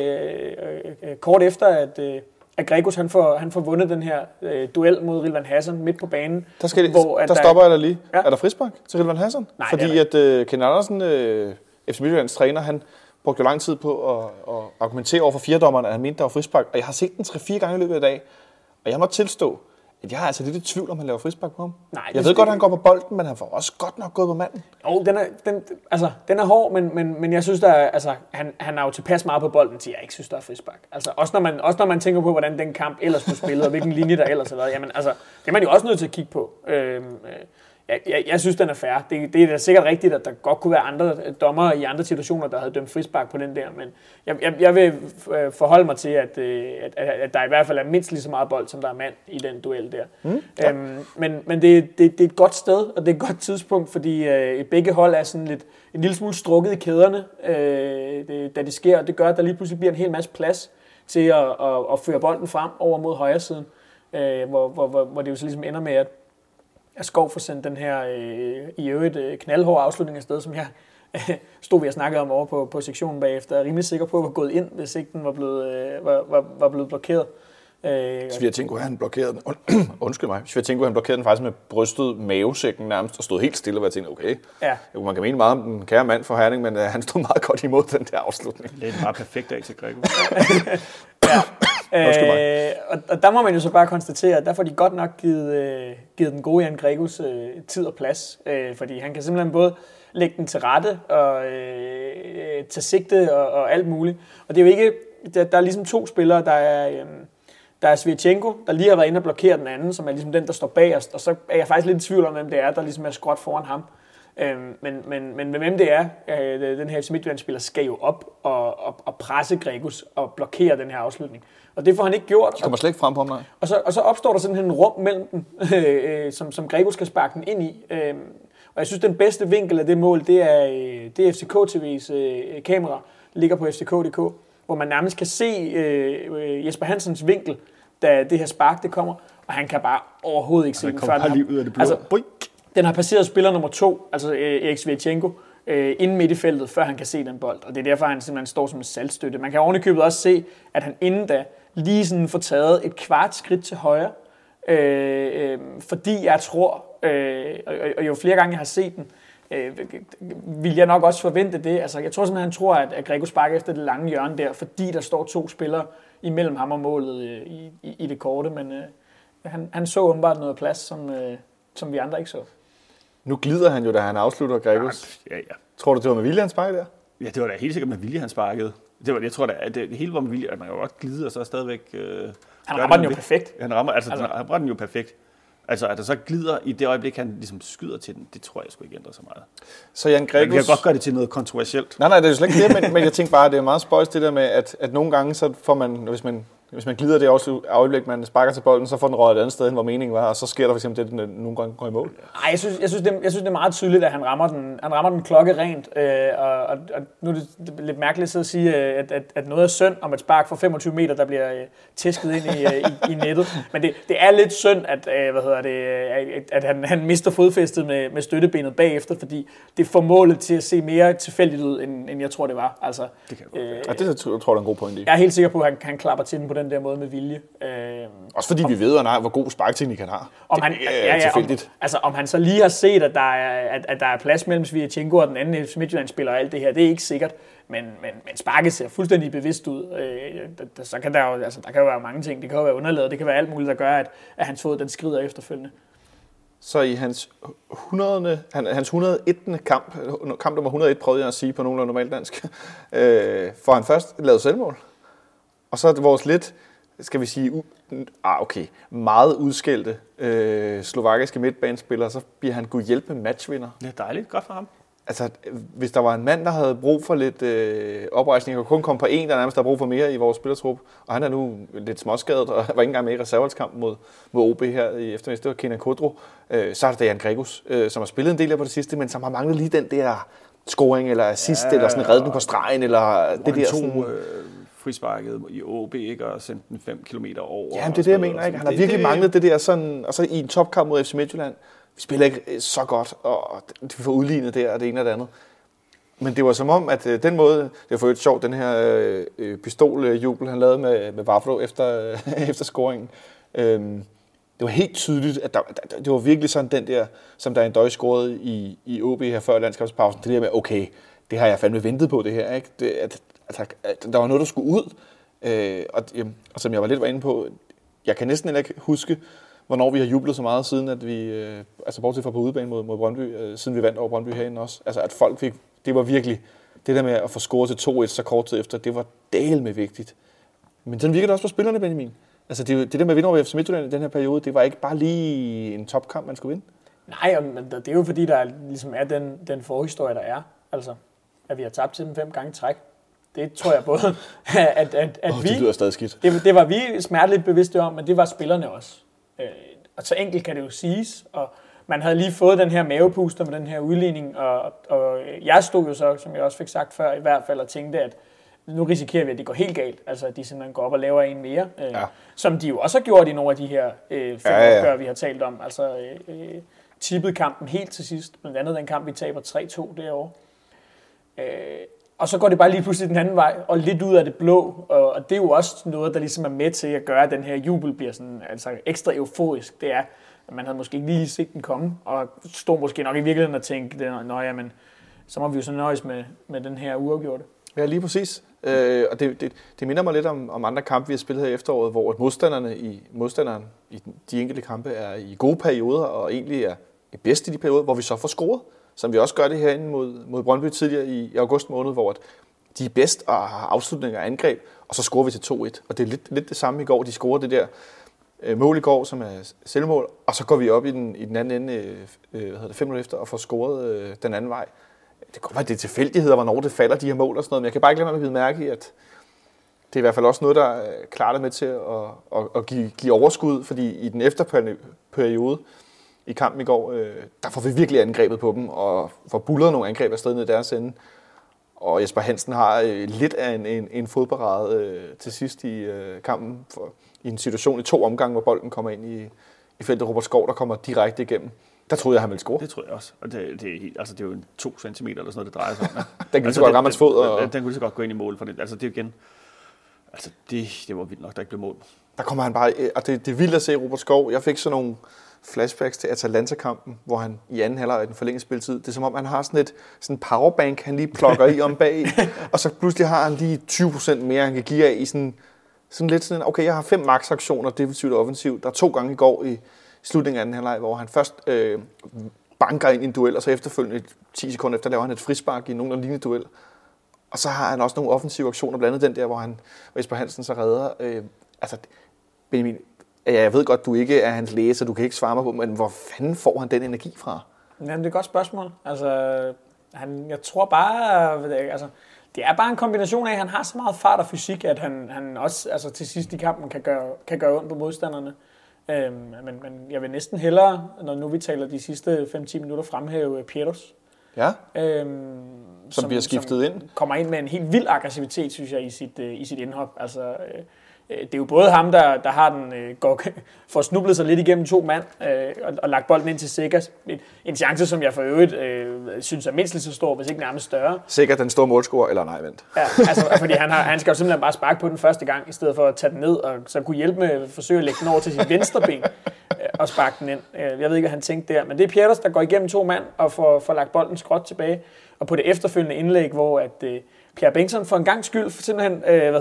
det kort efter, at Gregos han får vundet den her duel mod Rilvan Hassan midt på banen. Der stopper jeg dig lige. Ja. Er der frispark til Rilvan Hassan? Nej, fordi at Ken Andersen, FC Midtjyllands træner, han brugte jo lang tid på at argumentere over for firedommeren, at han mente, der var frispark. Og jeg har set den 3-4 gange i løbet af dag. Og jeg må tilstå, at jeg har altså lidt i tvivl, om han laver frispark på ham. Nej, jeg ved godt, at han går på bolden, men han får også godt nok gået på manden. Jo, den er hård, men jeg synes, han er jo tilpas meget på bolden, til jeg ikke synes, der er frispark. Altså, også når man tænker på, hvordan den kamp ellers blev spillet, og hvilken linje der ellers har været. Jamen, altså, det er man jo også nødt til at kigge på. Jeg synes, den er fair. Det er da sikkert rigtigt, at der godt kunne være andre dommere i andre situationer, der havde dømt frispark på den der, men jeg vil forholde mig til, at der i hvert fald er mindst lige så meget bold, som der er mand i den duel der. Men det er et godt sted, og det er et godt tidspunkt, fordi begge hold er sådan en lille smule strukket i kæderne, da det sker, og det gør, at der lige pludselig bliver en hel masse plads til at føre bolden frem over mod højre siden, hvor det jo så ligesom ender med, at Skov får sendt den her i øvrigt knaldhård afslutning af sted, som jeg stod ved at snakke om over på sektionen bagefter. Jeg er rimelig sikker på, at var gået ind, hvis ikke den var blevet blokeret. Svirchenko, han blokerede den. Undskyld mig. Svirchenko, han blokerede den faktisk med brystet mavesækken nærmest og stod helt stille, og jeg tænkte, okay. Ja. Man kan mene meget om den kære mand for Herning, men han stod meget godt imod den der afslutning. Det er en meget perfekt dag til Grego. Og der må man jo så bare konstatere, at der får de godt nok givet den gode Jan Gregos tid og plads, fordi han kan simpelthen både lægge den til rette og tage sigte og alt muligt. Og det er jo ikke, der er ligesom to spillere, der er Svirchenko, der lige har været inde og blokere den anden, som er ligesom den, der står bagerst, og så er jeg faktisk lidt i tvivl om, hvem det er, der ligesom er skråt foran ham. Men hvem det er, den her FC Midtjylland-spiller skal jo op og presse Gregos og blokere den her afslutning. Og det får han ikke gjort. De kommer slet ikke frem på ham, nej. Og så opstår der sådan en rum mellem dem, som Gregos skal sparke den ind i. Og jeg synes, den bedste vinkel af det mål, det er FCK TV's kamera, ligger på fck.dk, hvor man nærmest kan se Jesper Hansens vinkel, da det her spark det kommer, og han kan bare overhovedet ikke se den før. Den har passeret spiller nummer 2, altså Erik Svirchenko, inden midt i feltet, før han kan se den bold. Og det er derfor, han simpelthen står som en saltstøtte. Man kan ovenikøbet også se, at han inden da lige sådan får taget et kvart skridt til højre. Fordi jeg tror, og jo flere gange jeg har set den, vil jeg nok også forvente det. Altså, jeg tror simpelthen, han tror, at Grego sparker efter det lange hjørne der, fordi der står 2 spillere imellem ham og målet i det korte. Men Han så åbenbart noget plads, som vi andre ikke så. Nu glider han jo, da han afslutter Gregus. Ja. Tror du, det var med vilje, han sparkede der? Ja, det var da helt sikkert med vilje, han sparkede. Jeg tror da, at det hele var med vilje, at man jo godt glider, og så stadigvæk... Han rammer den jo perfekt. Han rammer den jo perfekt. Altså, at der så glider i det øjeblik, han ligesom skyder til den, det tror jeg sgu ikke ændrer så meget. Så Jan Gregus... Man kan godt gøre det til noget kontroversielt. Nej, det er jo slet ikke det, men jeg tænker bare, at det er meget spøjst det der med, at nogle gange, så får man, hvis man glider det øjeblik, man sparker til bolden, så får den røget et andet sted, hvor meningen var, og så sker der for eksempel det, at den nogle gange går i mål. Nej, jeg synes, det er meget tydeligt, at han rammer den klokkerent, og nu er det lidt mærkeligt at sige, at noget er synd om et spark fra 25 meter, der bliver tæsket ind i nettet. Men det er lidt synd, at han mister fodfæstet med støttebenet bagefter, fordi det får målet til at se mere tilfældigt ud, end jeg tror, det var. Altså, det kan det tror jeg er en god pointe i. Jeg er helt sikker på, at han klapper til den på den der måde med vilje. Også fordi vi ved, hvor god sparkteknik han har. Om han så lige har set, at der er plads mellem Svirchenko og den anden Midtjylland-spiller og alt det her, det er ikke sikkert. Men sparket ser fuldstændig bevidst ud. Så kan der kan jo være mange ting. Det kan jo være underlaget, det kan være alt muligt, der gør, at hans fod den skrider efterfølgende. Så i hans 101. kamp nummer 101, prøvede jeg at sige på nogenlunde normalt dansk, får han først lavet selvmål. Og så er det vores lidt, skal vi sige, meget udskældte slovakiske midtbanespillere, så bliver han god hjælp med matchvinder. Det er dejligt, godt for ham. Altså, hvis der var en mand, der havde brug for lidt oprejsning, og kun kom på en, der nærmest har brug for mere i vores spillertrup, og han er nu lidt småskadet, og var ikke engang med i reserveholdskampen mod OB her i eftermiddag, det var Kenan Kodro, så er det Jan Gregus, som har spillet en del af på det sidste, men som har manglet lige den der scoring, eller assist, eller sådan redden på stregen, eller det der sådan... frisparket i OB, ikke, og sendt den 5 kilometer over. Jamen, det er det, jeg mener, ikke? Han har virkelig manglet det der sådan, og så i en topkamp mod FC Midtjylland, vi spiller ikke så godt, og vi får udlignet der, og det ene og det andet. Men det var som om, at den måde, det var for et sjovt, den her pistoljubel, han lavede med Vavro efter scoringen. Det var helt tydeligt, at det var virkelig sådan den der, som der en døj scorede i OB her før landskabspausen. Det der med, okay, det har jeg fandme ventet på det her, ikke? At der var noget, der skulle ud. Og som jeg var lidt inde på, jeg kan næsten ikke huske, hvornår vi har jublet så meget, siden at vi, bortset fra på udebane mod Brøndby, siden vi vandt over Brøndby herinde også. Altså at folk fik, det var virkelig, det der med at få scoret til 2-1 så kort tid efter, det var dælme vigtigt. Men sådan virker det også på spillerne, Benjamin. Altså det der med at vinde over FC Midtjylland i den her periode, det var ikke bare lige en topkamp, man skulle vinde. Nej, men det er jo fordi, der ligesom er den forhistorie, der er. Altså, at vi har tabt til dem 5 gange træk. Det tror jeg både, at vi... Det lyder stadig skidt. Det var vi smerteligt bevidste om, men det var spillerne også. Og så enkelt kan det jo siges, og man havde lige fået den her mavepuster med den her udligning, og jeg stod jo så, som jeg også fik sagt før, i hvert fald og tænkte, at nu risikerer vi, at det går helt galt. Altså, at de simpelthen går op og laver en mere. Som de jo også har gjort i nogle af de her 5 opgør, vi har talt om. Altså, tippet kampen helt til sidst. Blandt andet den kamp, vi taber 3-2 derovre. Og så går det bare lige pludselig den anden vej, og lidt ud af det blå. Og det er jo også noget, der ligesom er med til at gøre, at den her jubel bliver sådan, altså ekstra euforisk. Det er, at man havde måske ikke lige set den komme, og stod måske nok i virkeligheden og tænkte, men så må vi jo så nøjes med den her uafgjorte. Ja, lige præcis. Og det minder mig lidt om andre kampe, vi har spillet her i efteråret, hvor modstanderen i de enkelte kampe er i gode perioder, og egentlig er bedst i de perioder, hvor vi så får scoret. Som vi også gør det herinde mod Brøndby tidligere i august måned, hvor de er bedst og har afslutninger og angreb, og så scorer vi til 2-1. Og det er lidt det samme i går. De scorer det der mål i går, som er selvmål, og så går vi op i den anden ende 5 minutter efter og får scoret den anden vej. Det kan godt være, det er tilfældigheder, hvornår det falder, de her mål og sådan noget, men jeg kan bare ikke lade mig at mærke i, at det er i hvert fald også noget, der klart er med til at give overskud, fordi i den efterperiode, i kampen i går, der får vi virkelig angrebet på dem, og får bullet nogle angreb afsted ned i deres ende. Og Jesper Hansen har lidt af en fodparade til sidst i kampen, i en situation i 2 omgange, hvor bolden kommer ind i feltet. Robert Skov, der kommer direkte igennem. Der troede jeg, han ville score. Det tror jeg også. Og det er jo 2 centimeter eller sådan noget, det drejer sig om. Den kan så godt ramme hans fod. Den kunne så godt gå ind i mål for det. Altså det er igen... Altså det var vildt nok, der ikke blev mål. Der kommer han bare... Og det er vildt at se Robert Skov. Jeg fik sådan nogle flashbacks til Atalanta-kampen, hvor han i anden halvleg i den forlængede spilletid, det er som om, han har sådan en powerbank, han lige plukker i om bag, og så pludselig har han lige 20% mere, han kan give af i sådan Sådan lidt sådan, okay, jeg har 5 max-aktioner, defensivt og offensivt. Der er 2 gange i går i slutningen af den her leg, hvor han først banker ind i en duel, og så efterfølgende 10 sekunder efter laver han et frispark i nogen af lignende duel. Og så har han også nogle offensive aktioner, blandt andet den der, hvor Jesper Hansen så redder. Benjamin, jeg ved godt, du ikke er hans læser, du kan ikke svare mig på, men hvor fanden får han den energi fra? Jamen, det er et godt spørgsmål. Altså, jeg tror bare, det er bare en kombination af, at han har så meget fart og fysik, at han også til sidst i kampen kan gøre ondt på modstanderne. Men jeg vil næsten hellere, når nu vi taler de sidste 5-10 minutter, fremhæve Pieters. Ja, som bliver skiftet ind. Kommer ind med en helt vild aggressivitet, synes jeg, i sit indhop. Altså, det er jo både ham, der har får snublet sig lidt igennem 2 mand og lagt bolden ind til Sikkers. En chance, som jeg for øvrigt synes er mindst lige så stor, hvis ikke nærmest større. Sikkert den store målscorer, eller nej, vent. Ja, fordi han skal jo simpelthen bare sparke på den første gang, i stedet for at tage den ned, og så kunne hjælpe med at forsøge at lægge den over til sit venstre ben og sparke den ind. Jeg ved ikke, hvad han tænkte der, men det er Pieters, der går igennem 2 mand og får lagt bolden skråt tilbage. Og på det efterfølgende indlæg, hvor at Pierre Bengtsson for en gang skyld simpelthen,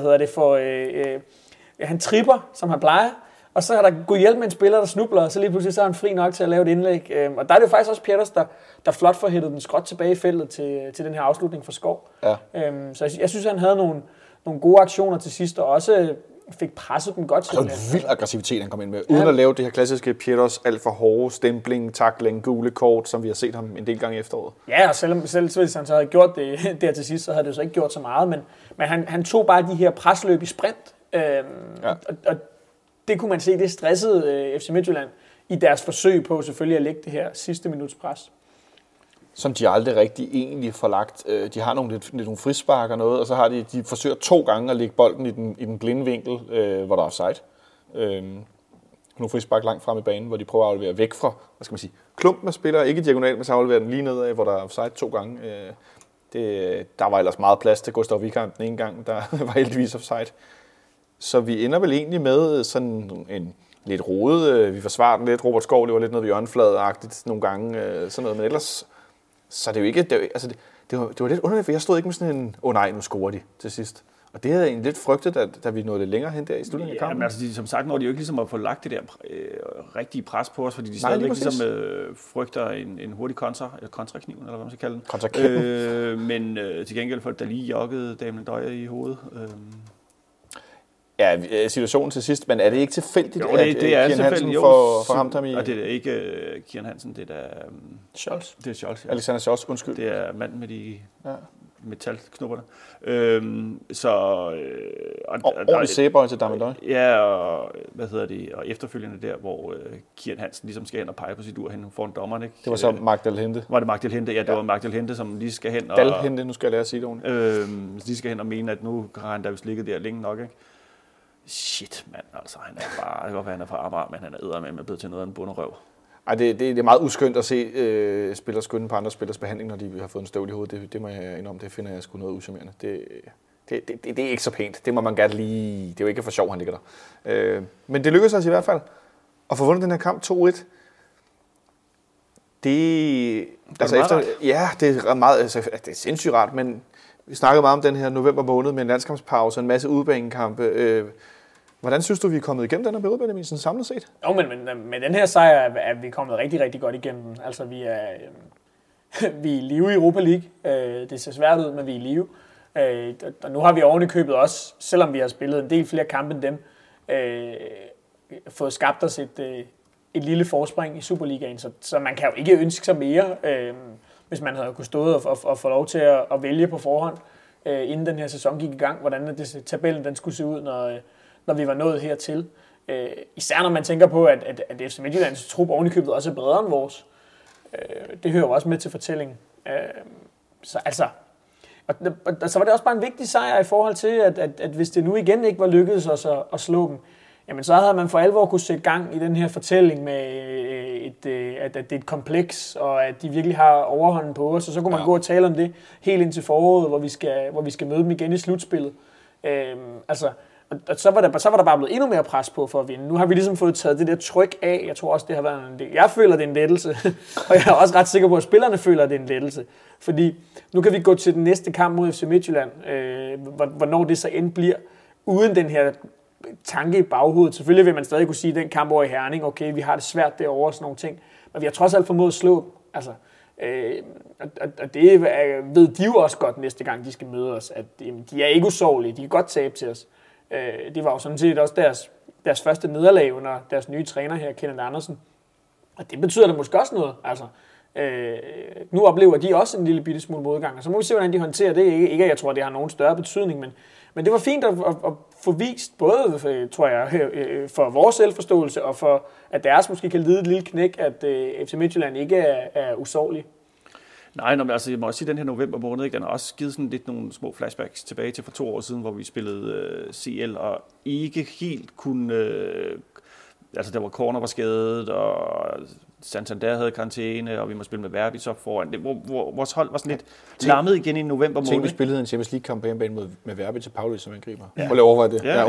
han tripper, som han plejer, og så er der god hjælp med en spiller, der snubler, og så lige pludselig så er han fri nok til at lave et indlæg. Og der er det jo faktisk også Pieters, der flot får hættet den skråt tilbage i feltet til den her afslutning for Skov. Ja. Så jeg synes, han havde nogle gode aktioner til sidst, og også fik presset den godt til. Det var en vild aggressivitet, han kom ind med, uden at lave det her klassiske Pieters alt for hårde stempling, tackling, gule kort, som vi har set ham en del gange i efteråret. Ja, og selv hvis han så havde gjort det der til sidst, så havde det jo så ikke gjort så meget, men han tog bare de her presløb i sprint, og det kunne man se, det stressede FC Midtjylland i deres forsøg på selvfølgelig at lægge det her sidste minuts pres. Som de aldrig rigtig egentlig får lagt. De har nogle frispark og noget, og så har de forsøger 2 gange at lægge bolden i den blinde vinkel, hvor der er offside. Nogle frispark langt frem i banen, hvor de prøver at aflevere væk fra, klumpen af spillere, ikke diagonalt, men så afleverer den lige nedad, hvor der er offside 2 gange. Der var ellers meget plads til Gustav Wikamp den ene gang, der var heldigvis offside. Så vi ender vel egentlig med sådan en lidt rodet, vi forsvarer den lidt, Robert Skov lever lidt noget hjørneflade-agtigt nogle gange, sådan noget, men ellers så det er jo ikke, det var lidt underligt, for jeg stod ikke med sådan en, nej, nu scorer de til sidst. Og det havde jeg egentlig lidt frygtet, da vi nåede lidt længere hen der i slutningen af kampen. Men altså, som sagt, når de jo ikke ligesom at få lagt det der rigtige pres på os, fordi de stadigvæk ligesom frygter en hurtig kontrakniven, eller hvad man skal kalde den. Kontrakniven. Men til gengæld folk, der lige joggede Damien Døjer i hovedet. Ja, situationen til sidst, men er det ikke tilfældigt, jo, at Kian Hansen får ramt ham i? Og det er ikke Kian Hansen, det er Scholz. Det er Scholz, ja. Alexander Scholz, undskyld. Det er manden med de metalknopperne. Ordentlig sæbøj til Damien Døj. Ja, og og efterfølgende der, hvor Kian Hansen ligesom skal hen og pege på sit ur hen foran dommeren, ikke? Det var så Magdal Hente. Var det Magdal Hente? Ja, det var Magdal Hente, som lige skal hen og... Dalhente, nu skal jeg lære at sige det ordentligt. De skal hen og mene, at nu har han da vist ligget der længe nok, ikke? Shit, mand, altså, han er bare, det kan godt være, han er fra Amager, men han er eddermame blevet til noget af en bunderøv. Ej, det er meget uskyndt at se spillere skynde på andre spillers behandling, når de har fået en støvl i hovedet. Det må jeg indrømme, det finder jeg sgu noget uschammerende. Det er ikke så pænt. Det må man gerne lige... Det er jo ikke for sjov, han ligger der. Men det lykkedes os i hvert fald at få vundet den her kamp 2-1. Det er meget... Altså, det er sindssygt rart, men vi snakkede meget om den her november måned med en landskampspause, en masse udebanekampe. Hvordan synes du, vi er kommet igennem den her periode, Benjamin, sådan samlet set? Jo, men med den her sejr er vi kommet rigtig, rigtig godt igennem. Altså, vi er i live i Europa League. Det ser svært ud, men vi er i live. Og nu har vi oven i købet også, selvom vi har spillet en del flere kampe end dem, fået skabt os et lille forspring i Superligaen. Så man kan jo ikke ønske sig mere, hvis man havde kunnet stå og få lov til at vælge på forhånd, inden den her sæson gik i gang, hvordan tabellen den skulle se ud, når vi var nået hertil. Især når man tænker på, at FC Midtjyllands trup ovenikøbet også er bredere end vores. Det hører jo også med til fortællingen. Og så var det også bare en vigtig sejr i forhold til, at hvis det nu igen ikke var lykkedes os at slå dem, jamen så havde man for alvor kunne sætte gang i den her fortælling med, at det er et kompleks, og at de virkelig har overhånden på os, og så kunne man gå og tale om det helt indtil foråret, hvor vi skal møde dem igen i slutspillet. Og så var der bare blevet endnu mere pres på for at vinde. Nu har vi ligesom fået taget det der tryk af. Jeg tror også, det har været jeg føler, det er en lettelse. Og jeg er også ret sikker på, at spillerne føler, at det er en lettelse. Fordi nu kan vi gå til den næste kamp mod FC Midtjylland. Hvornår det så end bliver. Uden den her tanke i baghovedet. Selvfølgelig vil man stadig kunne sige, at den kamp over i Herning, okay, vi har det svært derovre og sådan nogle ting, men vi har trods alt formået at slå dem. Altså, og det ved de jo også godt næste gang, de skal møde os, at de er ikke usårlige, de kan godt tabe til os. Det var jo sådan set også deres første nederlag under deres nye træner her, Kenneth Andersen. Og det betyder da måske også noget. Altså, nu oplever de også en lille bitte smule modgang, og så må vi se, hvordan de håndterer det. Ikke at jeg tror, det har nogen større betydning, men det var fint at få vist, både tror jeg, for vores selvforståelse, og for at deres måske kan lide et lille knæk, at FC Midtjylland ikke er usårlig. Nej, men altså, jeg må også sige, at den her november måned, den har også givet sådan lidt nogle små flashbacks tilbage til for 2 år siden, hvor vi spillede CL, og ikke helt kunne... altså, der var Corner var skadet, og Santander havde karantæne, og vi må spille med Verbi så foran det, hvor vores hold var sådan lidt lammet igen i november måned. Tænk, vi spillede en Champions League-kamp på hjemmebane med Verbi til Paulus som angriber. Ja. Prøv lige at overveje det. Ja,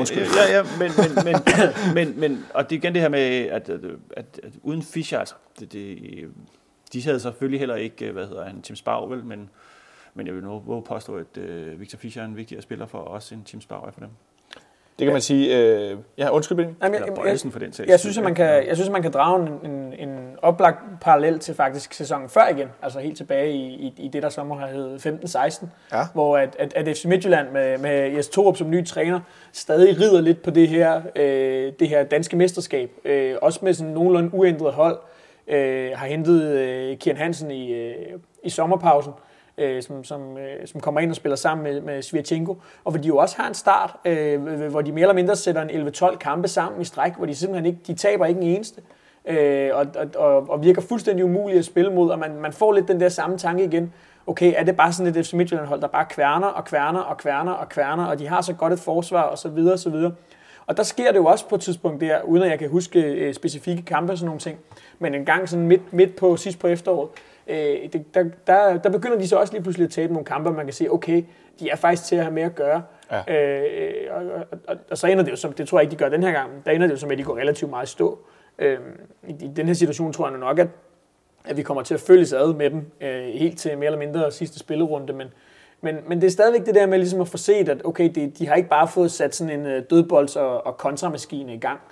men og det er igen det her med, at uden Fischer, altså, de havde selvfølgelig heller ikke, Tim Sparv, vel, men jeg vil nu våge påstå, at Victor Fischer er en vigtigere spiller for os, end Tim Sparv er for dem. Det kan man sige. Undskyld, Benny. Jeg synes, at man kan drage en oplagt parallel til faktisk sæsonen før igen, altså helt tilbage i det, der så må have heddet 15-16, hvor at FC Midtjylland med Jes Torup som ny træner stadig rider lidt på det her danske mesterskab, også med sådan nogenlunde uændret hold, har hentet Kian Hansen i sommerpausen, som kommer ind og spiller sammen med Svirchenko, og hvor de jo også har en start, hvor de mere eller mindre sætter en 11-12 kampe sammen i stræk, hvor de simpelthen ikke, de taber ikke en eneste, og virker fuldstændig umulige at spille mod, og man får lidt den der samme tanke igen. Okay, er det bare sådan et FC Midtjylland-hold, der bare kværner, og de har så godt et forsvar, og så videre, og så videre. Og der sker det jo også på et tidspunkt der, uden at jeg kan huske specifikke kampe og sådan nogle ting, men en gang sådan midt på sidst på efteråret, der begynder de så også lige pludselig at tabe nogle kampe, man kan sige, okay, de er faktisk til at have mere at gøre. Ja. Og så ender det jo som, det tror jeg ikke, de gør den her gang, der ender det jo som, at de går relativt meget i stå. I den her situation tror jeg nok, at vi kommer til at følges ad med dem, helt til mere eller mindre sidste spillerunde, men det er stadigvæk det der med ligesom at få set, at okay, de har ikke bare fået sat sådan en dødbolds- og kontramaskine i gang.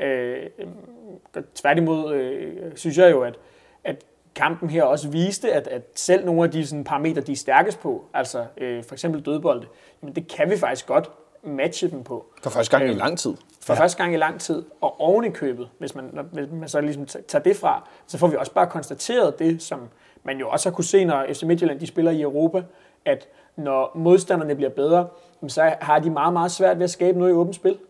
Tværtimod synes jeg jo, at kampen her også viste, at selv nogle af de sådan, parametre, de er stærkest på, altså for eksempel dødbolde, men det kan vi faktisk godt matche dem på. For første gang i lang tid. Første gang i lang tid, og oven i købet, hvis man så ligesom tager det fra, så får vi også bare konstateret det, som man jo også har kunne se, når FC Midtjylland de spiller i Europa, at når modstanderne bliver bedre, så har de meget, meget svært ved at skabe noget i åbent spil.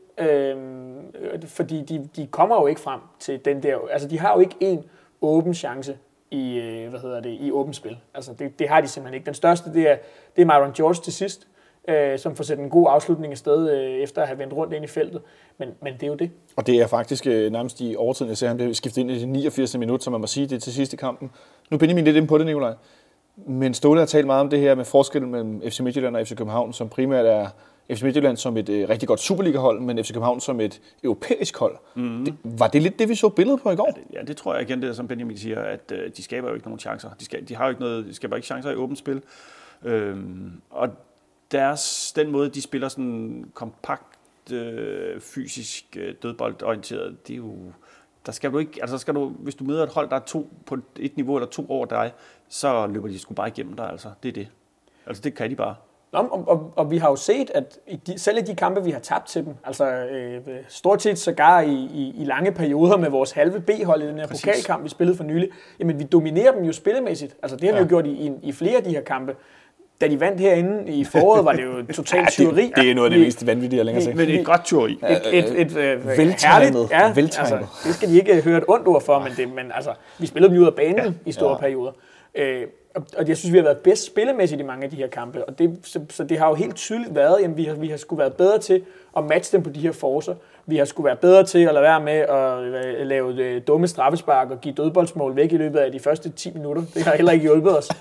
Fordi de kommer jo ikke frem til den der... Altså, de har jo ikke en åben chance i åbent spil. Altså, det har de simpelthen ikke. Den største, det er Myron George til sidst, som får sat en god afslutning afsted, efter at have vendt rundt ind i feltet. Men det er jo det. Og det er faktisk nærmest i overtiden, jeg ser, han bliver skiftet ind i det 89. minut, så man må sige, det til sidste kampen. Nu er Benjamin lidt inde på det, Nikolaj. Men Ståle har talt meget om det her med forskellen mellem FC Midtjylland og FC København, som primært er FC Midtjylland som et rigtig godt Superliga-hold, men FC København som et europæisk hold. Mm. Var det lidt det, vi så billedet på i går? Ja, det tror jeg igen, det er, som Benjamin siger, at de skaber jo ikke nogen chancer. De har jo ikke noget, de skaber ikke chancer i åbent spil. Og den måde, de spiller sådan kompakt, fysisk dødboldorienteret, det er jo... Der skal du ikke, altså hvis du møder et hold, der er på et niveau eller 2 over dig, så løber de sgu bare igennem dig, altså. Det er det. Altså, det kan de bare. Og vi har jo set, at selv i de kampe, vi har tabt til dem, altså stort set sågar i lange perioder med vores halve B-hold i den her pokalkamp, vi spillede for nylig, jamen vi dominerer dem jo spillemæssigt. Altså det har vi jo gjort i flere af de her kampe. Da de vandt herinde i foråret, var det jo totalt tyveri. Det er noget af det mest vanvittige, jeg længere set. Men et godt tyveri. Et veltegnet. Ja, altså, det skal de ikke høre et ondt ord for, men altså, vi spillede dem ud af banen i store perioder. Og jeg synes, vi har været bedst spillemæssigt i mange af de her kampe. Og så det har jo helt tydeligt været, at vi har sgu været bedre til at matche dem på de her forcer. Vi har sgu været bedre til at lade være med at lave dumme straffespark og give dødboldsmål væk i løbet af de første 10 minutter. Det har heller ikke hjulpet os.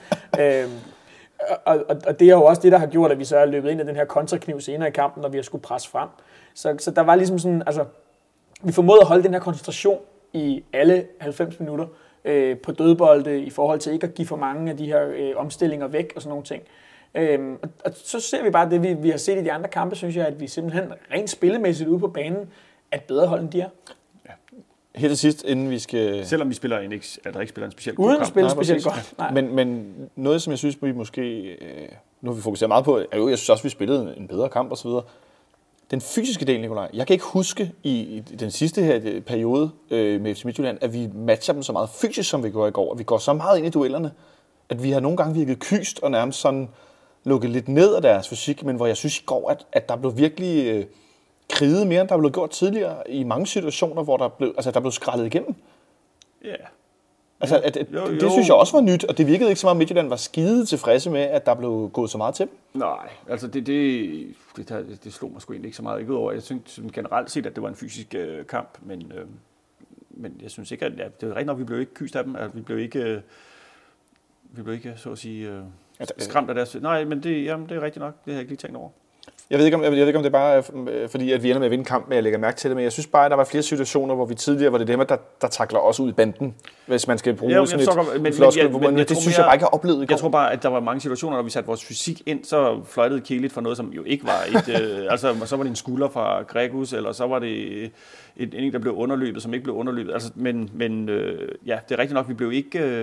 Og det er jo også det, der har gjort, at vi så er løbet ind i den her kontrakniv senere i kampen, når vi har skulle presse frem. Så der var ligesom sådan, altså, vi formåede at holde den her koncentration i alle 90 minutter på dødbolde i forhold til ikke at give for mange af de her omstillinger væk og sådan nogle ting. Og så ser vi bare det, vi har set i de andre kampe, synes jeg, at vi simpelthen rent spillemæssigt ude på banen er et bedre hold end de er. Helt til sidst, inden vi skal... Selvom vi spiller ikke spiller en specielt god kamp. Uden at spille specielt godt. Nej. Men noget, som jeg synes, vi måske... Nu har vi fokuseret meget på, er jo, jeg synes også, vi spillede en bedre kamp osv. Den fysiske del, Nikolaj. Jeg kan ikke huske i den sidste her periode med FC Midtjylland, at vi matcher dem så meget fysisk, som vi gjorde i går. At vi går så meget ind i duellerne, at vi har nogle gange virket kyst og nærmest sådan lukket lidt ned af deres fysik, men hvor jeg synes i går, at der blev virkelig... kriget mere, end der blev gjort tidligere i mange situationer, hvor der blev skrællet igennem. Ja. Altså, det synes jeg også var nyt, og det virkede ikke som om Midtjylland var skide tilfredse med, at der blev gået så meget til dem. Nej, altså det slog mig sgu egentlig ikke så meget. Ikke udover, jeg synes generelt set, at det var en fysisk kamp, men jeg synes ikke, at det er rigtigt nok, vi blev ikke kyst af dem. Altså, vi blev ikke så at sige skræmt af deres... Nej, men det er rigtigt nok. Det har jeg ikke lige tænkt over. Jeg ved ikke, om det er bare fordi, at vi ender med at vinde kamp, men jeg lægger mærke til det. Men jeg synes bare, at der var flere situationer, hvor vi tidligere var det dem, der takler os ud i banden, hvis man skal bruge sådan et floskel. Det synes jeg bare ikke har oplevet i går. Jeg tror bare, at der var mange situationer, når vi satte vores fysik ind, så fløjtede kedeligt for noget, som jo ikke var et... altså, så var det en skulder fra Gregus, eller så var det en, der blev underløbet, som ikke blev underløbet. Altså, men ja, det er rigtigt nok, vi blev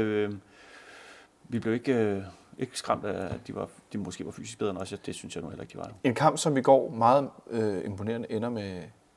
ikke skræmt af, at de måske var fysisk bedre end os. Det synes jeg nu heller ikke, de var. En kamp, som i går meget imponerende ender med...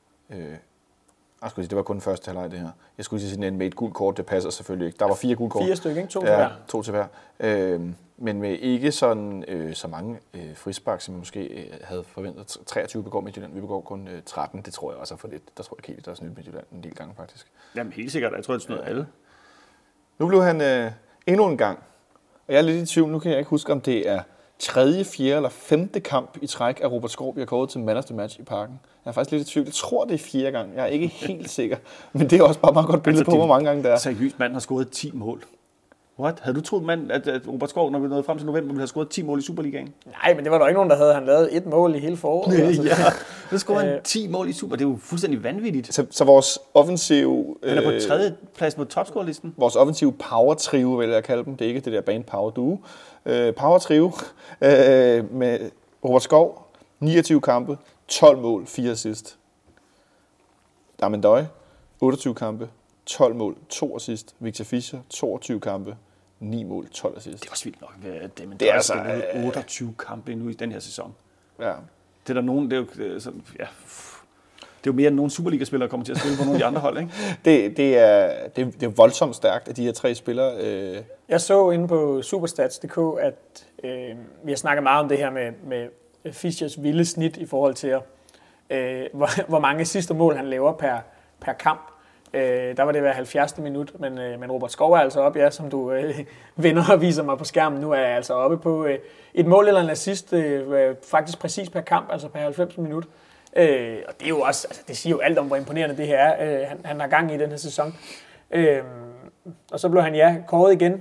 det var kun første halvleg, det her. Jeg skulle sige, at med et gult kort, det passer selvfølgelig ikke. Der var 4 gule kort. 4 stykker, ikke? 2 til hver. 2 til hver. Men med ikke sådan så mange frispark, som vi måske havde forventet. 23 begår Midtjylland, vi begår kun 13. Det tror jeg også er for lidt. Der tror jeg Keelit, der har snydt Midtjylland en del gange, faktisk. Jamen helt sikkert. Jeg tror, det er sådan noget alle. Nu blev han endnu en gang. Og jeg er lidt i tvivl, nu kan jeg ikke huske, om det er 3., 4. eller 5. kamp i træk, at Robert Skov bliver kåret til man of the match i Parken. Jeg er faktisk lidt i tvivl. Jeg tror, det er 4. gang. Jeg er ikke helt sikker. Men det er også bare meget godt billede på, hvor mange gange det er. Seriøst, manden har scoret 10 mål. What? Havde du troet, at Robert Skov, når vi nåede frem til november, ville have scoret 10 mål i Superligaen? Nej, men det var der ikke nogen, der havde. Han lavet 1 mål i hele foråret. Altså. Ja, så scorede han 10 mål i Super. Det er jo fuldstændig vanvittigt. Så vores offensive... Han er på 3. plads på topscore-listen. Vores offensive power-trio, vil jeg kalde dem. Det er ikke det der band power-duo. Power-trio med Robert Skov, 29 kampe, 12 mål, 4 assist. Darmen Døj, 28 kampe, 12 mål, 2 assist. Victor Fischer, 22 kampe, 9 mål, 12 assist. Det er også vildt nok, at Damien Døj altså 28 kampe nu i den her sæson. Ja. Det er der nogen, det er jo sådan, ja... Det er jo mere, end nogle Superliga-spillere kommer til at spille på nogle af de andre hold, ikke? Det er voldsomt stærkt, at de her 3 spillere... Jeg så inde på Superstats.dk, at vi har snakket meget om det her med Fischers vilde snit i forhold til, hvor mange sidste mål han laver per kamp. Der var det hver 70. minut, men Robert Skov er altså oppe, som du vender og viser mig på skærmen. Nu er jeg altså oppe på et mål eller en assist, faktisk præcis per kamp, altså per 90 minut. Og det er jo også, altså, det siger jo alt om, hvor imponerende det her er, han har gang i den her sæson. Og så blev han kåret igen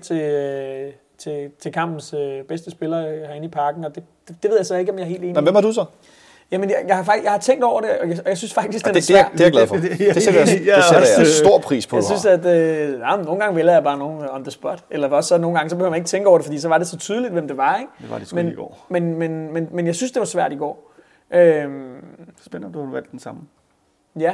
til kampens bedste spiller herinde i Parken, og det ved jeg så ikke, om jeg er helt enig i. Hvem har du så? Jamen, jeg har tænkt over det, og jeg synes faktisk, den er svær. Det er jeg glad for. Det sætter jeg stor pris på. Jeg synes, at nogle gange vælger jeg bare nogen on the spot, eller også så nogle gange, så behøver man ikke tænke over det, fordi så var det så tydeligt, hvem det var, ikke? Det var det sgu i går. Men jeg synes, det var svært i går. Spændende, om du har valgt den samme. Ja.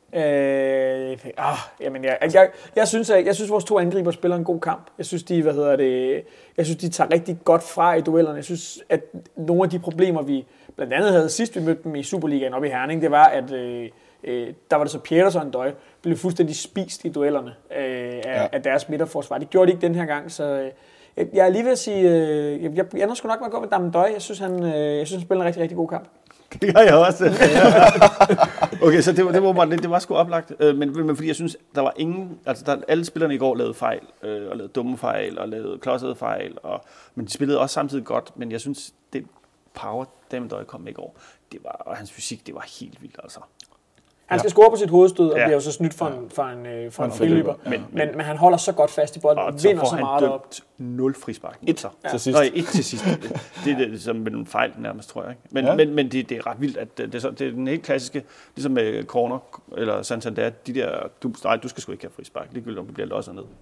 Jeg synes vores 2 angriber spiller en god kamp. Jeg synes de tager rigtig godt fra i duellerne. Jeg synes at nogle af de problemer vi blandt andet havde sidst vi mødte dem i Superligaen oppe i Herning, det var at der var det så Peterson Døj blev fuldstændig spist i duellerne af deres midterforsvar. Det gjorde de ikke den her gang, så jeg er lige ved at sige jeg ender sgu nok med at gå med Darmen Døj. Jeg synes han spiller en rigtig rigtig god kamp. Det gør jeg også. Okay, så det var sgu oplagt. Men fordi jeg synes, der var ingen... Altså, alle spillerne i går lavede fejl, og lavede dumme fejl, og lavede klodsede fejl. Men de spillede også samtidig godt. Men jeg synes, det power, Damien Døj kom med i går, og hans fysik, det var helt vildt, altså. Han skal score på sit hovedstød, og bliver jo så snydt for en friløber. Men han holder så godt fast i bolden, og vinder så meget op. 0 frispark. 1 til sidst. Nej, 1 til sidst. Det er som med en fejl nærmest, tror jeg. Ikke? Men det er ret vildt, at det er den helt klassiske, ligesom med corner eller Santander, de der, du skal sgu ikke have frispark, ligegyldigt om du bliver losset ned.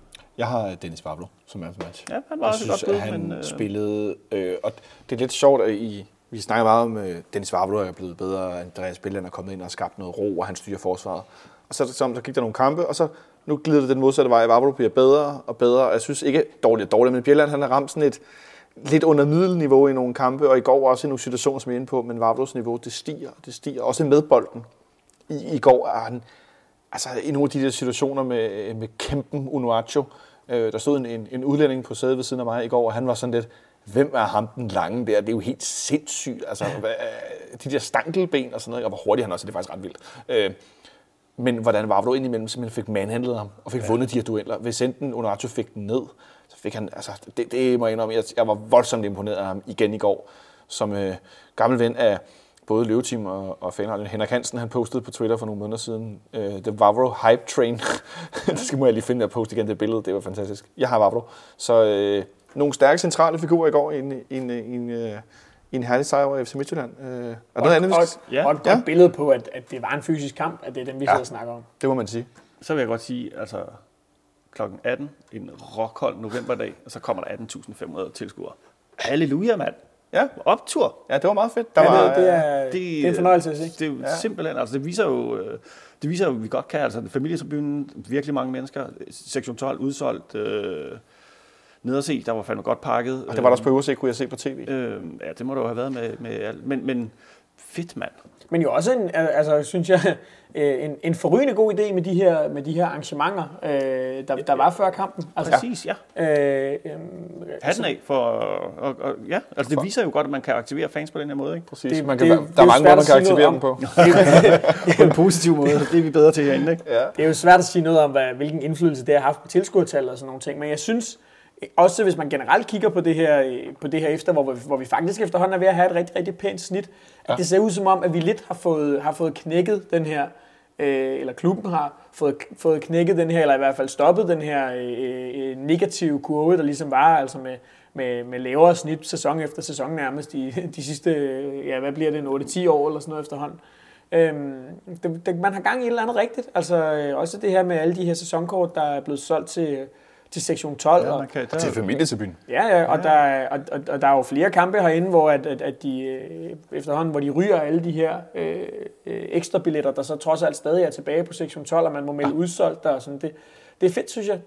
Jeg har Dennis Vavlo som man of the match. Ja, han var også synes, godt bud, han spillede, og det er lidt sjovt, at vi snakker meget om, Dennis Vavlo er blevet bedre, Andreas Bjelland er kommet ind og har skabt noget ro, og han styrer forsvaret. Og så gik der nogle kampe, og så nu glider det den modsatte vej. Vavlo bliver bedre og bedre, og jeg synes ikke dårligt, men Bjelland han har ramt sådan et lidt under middelniveau i nogle kampe, og i går også i nogle situationer, som jeg er inde på, men Vavlos niveau, det stiger. Også med bolden. I går er han, altså i nogle af de der situationer med kæmpen Unuaccio, der stod en udlænding på sædet ved siden af mig i går, og han var sådan lidt, hvem er ham den lange der? Det er jo helt sindssygt. Altså, de der stankelben og sådan noget, og hvor hurtigt han også er, det er faktisk ret vildt. Men hvordan Vavlo indimellem simpelthen fik manhandlet ham, og fik vundet de her dueller. Hvis enten Unuaccio fik den ned, så fik han, altså, det må jeg indrømme, jeg var voldsomt imponeret af ham igen i går, som gammel ven af både Løveteam og fanholdet. Henrik Hansen, han postede på Twitter for nogle måneder siden, The Vavro Hype Train. Det må jeg lige finde og poste igen, det billede, det var fantastisk. Jeg har Vavro. Så nogle stærke centrale figurer i går i en herlig sejr over FC Midtjylland. Og et godt billede på, at det var en fysisk kamp, at det er dem, vi sidder og snakker om. Det må man sige. Så vil jeg godt sige, altså klokken 18, en rockhold novemberdag, og så kommer der 18.500 tilskuere. Halleluja, mand. Ja. Optur. Ja, det var meget fedt. Det er en fornøjelse at se. Det er jo simpelthen, altså det viser jo, at vi godt kan. Altså familietribunen, virkelig mange mennesker, sektion 12 udsolgt, ned at se, der var fandme godt pakket. Og det var der også på øverset, kunne jeg se på tv. Ja, det må der jo have været med alt. Men fedt, mand. Men jo også synes jeg, en forrygende god idé med de her arrangementer, der var før kampen. Altså, præcis, ja. Hatten af for... ja, altså det viser jo godt, at man kan aktivere fans på den her måde, ikke? Præcis. Der er mange måder, man kan aktivere dem på. På en positiv måde. Det er vi bedre til herinde, ikke? Ja. Det er jo svært at sige noget om, hvilken indflydelse det har haft på tilskuertallet og sådan nogle ting, men jeg synes... Også hvis man generelt kigger på det her efter, hvor vi faktisk efterhånden er ved at have et rigtig, rigtig pænt snit, at det ser ud som om, at vi lidt har fået knækket den her, eller klubben har fået knækket den her, eller i hvert fald stoppet den her negative kurve, der ligesom var, altså med lavere snit sæson efter sæson nærmest de sidste, hvad bliver det, 8-10 år eller sådan noget efterhånden. Man har gang i et eller andet rigtigt, altså også det her med alle de her sæsonkort, der er blevet solgt til sektion 12. Ja, og til familietribunen. Ja, og der er jo flere kampe herinde, hvor at de efterhånden, hvor de ryger alle de her ekstra billetter, der så trods alt stadig er tilbage på sektion 12, og man må melde udsolgt der og sådan. Det er fedt, synes jeg.